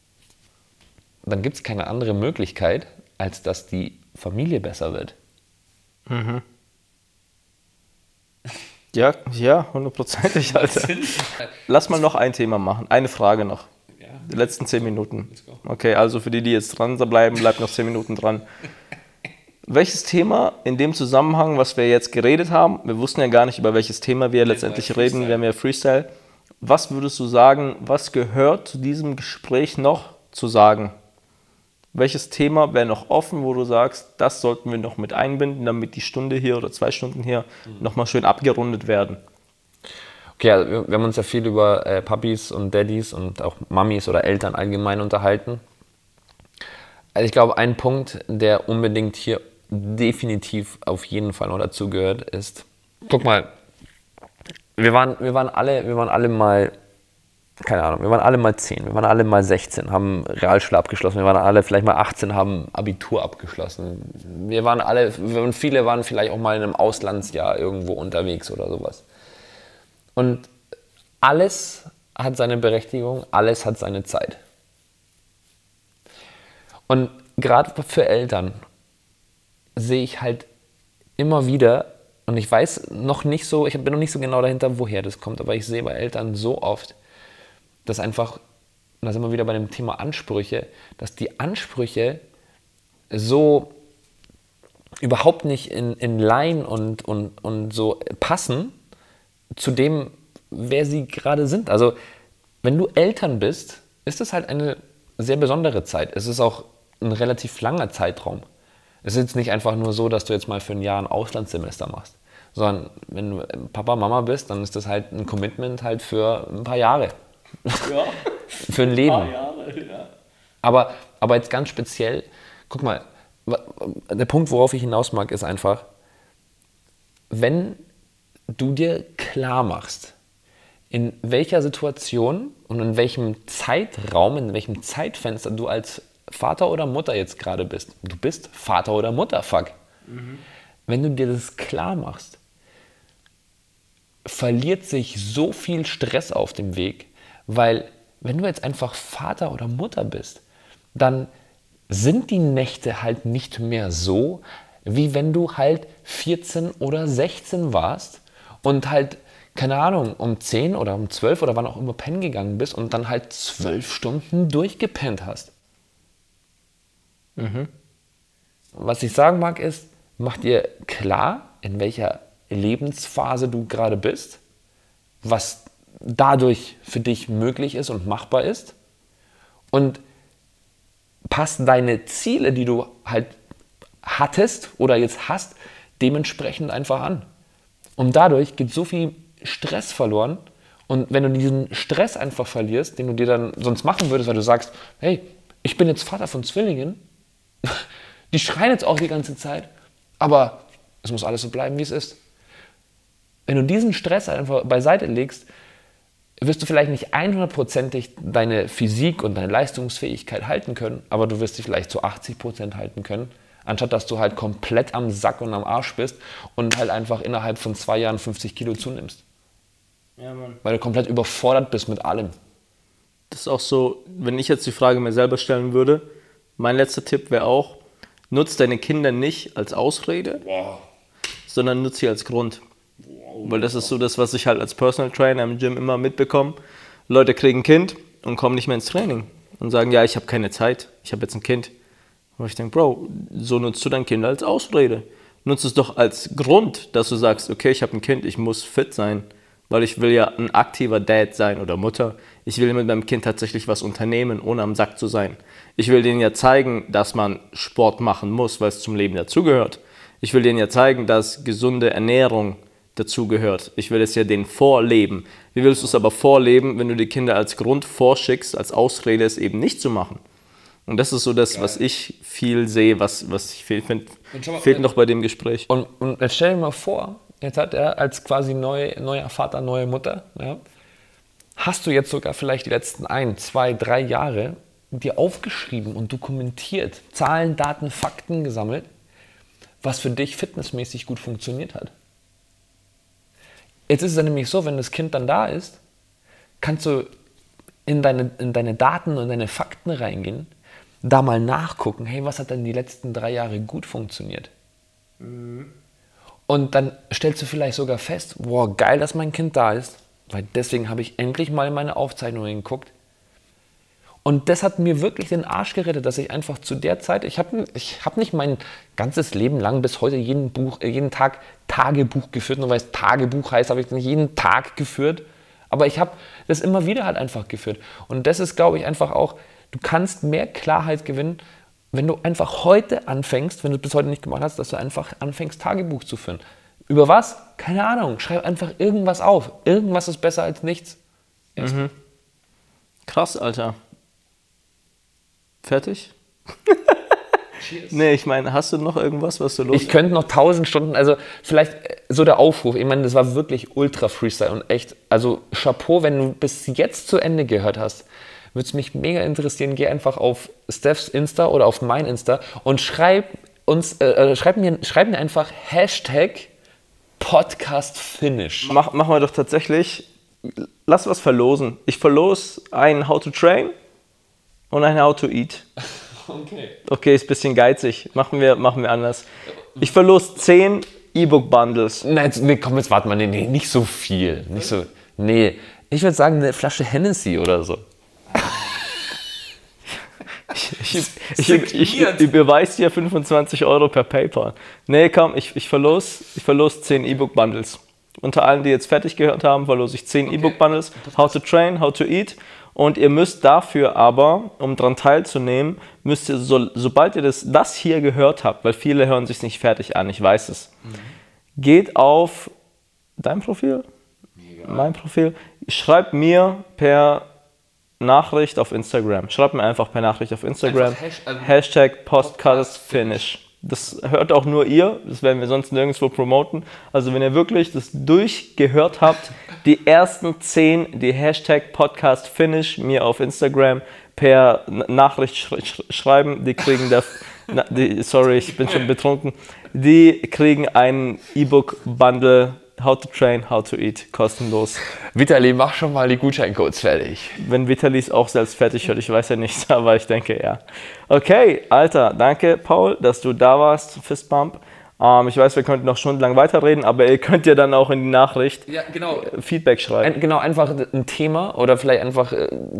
dann gibt es keine andere Möglichkeit, als dass die Familie besser wird. Mhm. Ja, 100%, Alter. Lass mal noch ein Thema machen, eine Frage noch. Die letzten 10 Minuten. Okay, also für die jetzt dran bleiben, bleibt noch 10 Minuten dran. Welches Thema in dem Zusammenhang, was wir jetzt geredet haben, wir wussten ja gar nicht, über welches Thema wir letztendlich reden, wir haben ja Freestyle. Was würdest du sagen, was gehört zu diesem Gespräch noch zu sagen? Welches Thema wäre noch offen, wo du sagst, das sollten wir noch mit einbinden, damit die Stunde hier oder 2 Stunden hier nochmal schön abgerundet werden? Okay, also wir haben uns ja viel über Papis und Daddys und auch Mamis oder Eltern allgemein unterhalten. Also ich glaube, ein Punkt, der unbedingt hier definitiv auf jeden Fall noch dazu gehört, ist, guck mal, wir waren alle mal, keine Ahnung, wir waren alle mal 10, wir waren alle mal 16, haben Realschule abgeschlossen, wir waren alle vielleicht mal 18, haben Abitur abgeschlossen. Viele waren vielleicht auch mal in einem Auslandsjahr irgendwo unterwegs oder sowas. Und alles hat seine Berechtigung, alles hat seine Zeit. Und gerade für Eltern sehe ich halt immer wieder, und ich weiß noch nicht so, ich bin noch nicht so genau dahinter, woher das kommt, aber ich sehe bei Eltern so oft, dass einfach, und da sind wir wieder bei dem Thema Ansprüche, dass die Ansprüche so überhaupt nicht in Line und so passen zu dem, wer sie gerade sind. Also wenn du Eltern bist, ist das halt eine sehr besondere Zeit. Es ist auch ein relativ langer Zeitraum. Es ist jetzt nicht einfach nur so, dass du jetzt mal für ein Jahr ein Auslandssemester machst, sondern wenn du Papa, Mama bist, dann ist das halt ein Commitment halt für ein paar Jahre. Ja. Für ein Leben. Ein paar Jahre, ja. Aber jetzt ganz speziell, guck mal, der Punkt, worauf ich hinaus mag, ist einfach, wenn du dir klar machst, in welcher Situation und in welchem Zeitraum, in welchem Zeitfenster du als Vater oder Mutter jetzt gerade bist. Du bist Vater oder Mutter, fuck. Wenn du dir das klar machst, verliert sich so viel Stress auf dem Weg, weil wenn du jetzt einfach Vater oder Mutter bist, dann sind die Nächte halt nicht mehr so, wie wenn du halt 14 oder 16 warst und halt, keine Ahnung, um 10 oder um 12 oder wann auch immer pennen gegangen bist und dann halt 12 Stunden durchgepennt hast. Was ich sagen mag ist, mach dir klar, in welcher Lebensphase du gerade bist, was dadurch für dich möglich ist und machbar ist und passt deine Ziele, die du halt hattest oder jetzt hast, dementsprechend einfach an. Und dadurch geht so viel Stress verloren. Und wenn du diesen Stress einfach verlierst, den du dir dann sonst machen würdest, weil du sagst, hey, ich bin jetzt Vater von Zwillingen, die schreien jetzt auch die ganze Zeit, aber es muss alles so bleiben, wie es ist. Wenn du diesen Stress einfach beiseite legst, wirst du vielleicht nicht 100%ig deine Physik und deine Leistungsfähigkeit halten können, aber du wirst dich vielleicht zu 80% halten können, anstatt dass du halt komplett am Sack und am Arsch bist und halt einfach innerhalb von 2 Jahren 50 Kilo zunimmst. Ja, Mann. Weil du komplett überfordert bist mit allem. Das ist auch so, wenn ich jetzt die Frage mir selber stellen würde, mein letzter Tipp wäre auch, nutz deine Kinder nicht als Ausrede, sondern nutz sie als Grund. Weil das ist so das, was ich halt als Personal Trainer im Gym immer mitbekomme. Leute kriegen ein Kind und kommen nicht mehr ins Training und sagen, ja, ich habe keine Zeit, ich habe jetzt ein Kind. Und ich denke, Bro, so nutzt du dein Kind als Ausrede. Nutzt es doch als Grund, dass du sagst, okay, ich habe ein Kind, ich muss fit sein, weil ich will ja ein aktiver Dad sein oder Mutter. Ich will mit meinem Kind tatsächlich was unternehmen, ohne am Sack zu sein. Ich will denen ja zeigen, dass man Sport machen muss, weil es zum Leben dazugehört. Ich will denen ja zeigen, dass gesunde Ernährung dazugehört. Ich will es ja denen vorleben. Wie willst du es aber vorleben, wenn du die Kinder als Grund vorschickst, als Ausrede es eben nicht zu machen? Und das ist so das, was ich viel sehe, was ich finde, fehlt noch bei dem Gespräch. Und jetzt stell dir mal vor, jetzt hat er als quasi neuer Vater, neue Mutter, ja, hast du jetzt sogar vielleicht die letzten 1, 2, 3 Jahre dir aufgeschrieben und dokumentiert, Zahlen, Daten, Fakten gesammelt, was für dich fitnessmäßig gut funktioniert hat. Jetzt ist es dann nämlich so, wenn das Kind dann da ist, kannst du in deine Daten und deine Fakten reingehen, da mal nachgucken, hey, was hat denn die letzten 3 Jahre gut funktioniert? Und dann stellst du vielleicht sogar fest, boah, geil, dass mein Kind da ist, weil deswegen habe ich endlich mal in meine Aufzeichnungen geguckt. Und das hat mir wirklich den Arsch gerettet, dass ich einfach zu der Zeit, ich hab nicht mein ganzes Leben lang bis heute jeden Tag Tagebuch geführt, nur weil es Tagebuch heißt, habe ich nicht jeden Tag geführt, aber ich habe das immer wieder halt einfach geführt. Und das ist, glaube ich, einfach auch, du kannst mehr Klarheit gewinnen, wenn du einfach heute anfängst, wenn du es bis heute nicht gemacht hast, dass du einfach anfängst, Tagebuch zu führen. Über was? Keine Ahnung. Schreib einfach irgendwas auf. Irgendwas ist besser als nichts. Mhm. Krass, Alter. Fertig? Cheers. Nee, ich meine, hast du noch irgendwas, was du los? Ich könnte noch 1000 Stunden, also vielleicht so der Aufruf, ich meine, das war wirklich ultra Freestyle und echt, also Chapeau, wenn du bis jetzt zu Ende gehört hast, würde es mich mega interessieren, geh einfach auf Stephs Insta oder auf mein Insta und schreib mir einfach #PodcastFinish. Machen wir doch tatsächlich lass was verlosen. Ich verlose ein How to Train und ein How to Eat. Okay, ist ein bisschen geizig. Machen wir anders. Ich verlose 10 E-Book-Bundles. Nein, nee, komm, jetzt warte mal. Nee, nicht so viel. Nee, ich würde sagen, eine Flasche Hennessy oder so. Ich überweise dir 25 € per PayPal. Nee, komm, ich verlose 10 E-Book-Bundles. Unter allen, die jetzt fertig gehört haben, verlose ich 10 E-Book-Bundles. How to Train, How to Eat. Und ihr müsst dafür aber, um daran teilzunehmen, müsst ihr, sobald ihr das hier gehört habt, weil viele hören sich nicht fertig an, ich weiß es, geht auf dein Profil, mein Profil, schreibt mir per Nachricht auf Instagram. Schreibt mir einfach per Nachricht auf Instagram. Hashtag Podcastfinish. Das hört auch nur ihr, das werden wir sonst nirgendwo promoten. Also wenn ihr wirklich das durchgehört habt, die ersten 10, die Hashtag Podcastfinish mir auf Instagram per Nachricht schreiben, die kriegen sorry, ich bin schon betrunken, die kriegen ein E-Book-Bundle How to Train, How to Eat, kostenlos. Vitali, mach schon mal die Gutscheincodes fertig. Wenn Vitali es auch selbst fertig hört, ich weiß ja nicht, aber ich denke ja. Okay, Alter, danke Paul, dass du da warst, Fistbump. Ich weiß, wir könnten noch stundenlang weiterreden, aber ihr könnt ja dann auch in die Nachricht Feedback schreiben. Einfach ein Thema oder vielleicht einfach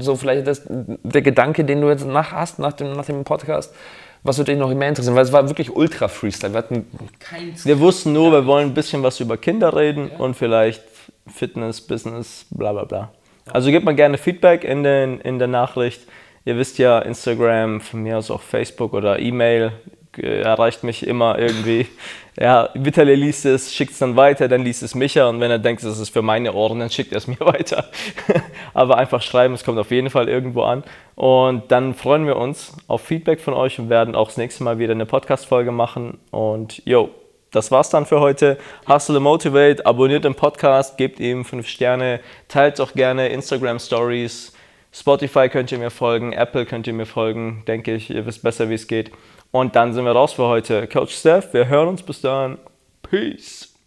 der Gedanke, den du jetzt hast nach dem Podcast. Was würde dich noch mehr interessieren? Weil es war wirklich ultra Freestyle. Wir wussten nur, wir wollen ein bisschen was über Kinder reden und vielleicht Fitness, Business, bla bla bla. Also gebt mal gerne Feedback in der Nachricht. Ihr wisst ja, Instagram, von mir aus auch Facebook oder E-Mail erreicht mich immer irgendwie. Ja, Vitali liest es, schickt es dann weiter, dann liest es Micha und wenn er denkt, das ist für meine Ohren, dann schickt er es mir weiter. Aber einfach schreiben, es kommt auf jeden Fall irgendwo an. Und dann freuen wir uns auf Feedback von euch und werden auch das nächste Mal wieder eine Podcast-Folge machen. Und das war's dann für heute. Hustle and Motivate, abonniert den Podcast, gebt ihm 5 Sterne, teilt auch gerne Instagram-Stories. Spotify könnt ihr mir folgen, Apple könnt ihr mir folgen, denke ich, ihr wisst besser, wie es geht. Und dann sind wir raus für heute. Coach Steph, wir hören uns bis dann. Peace.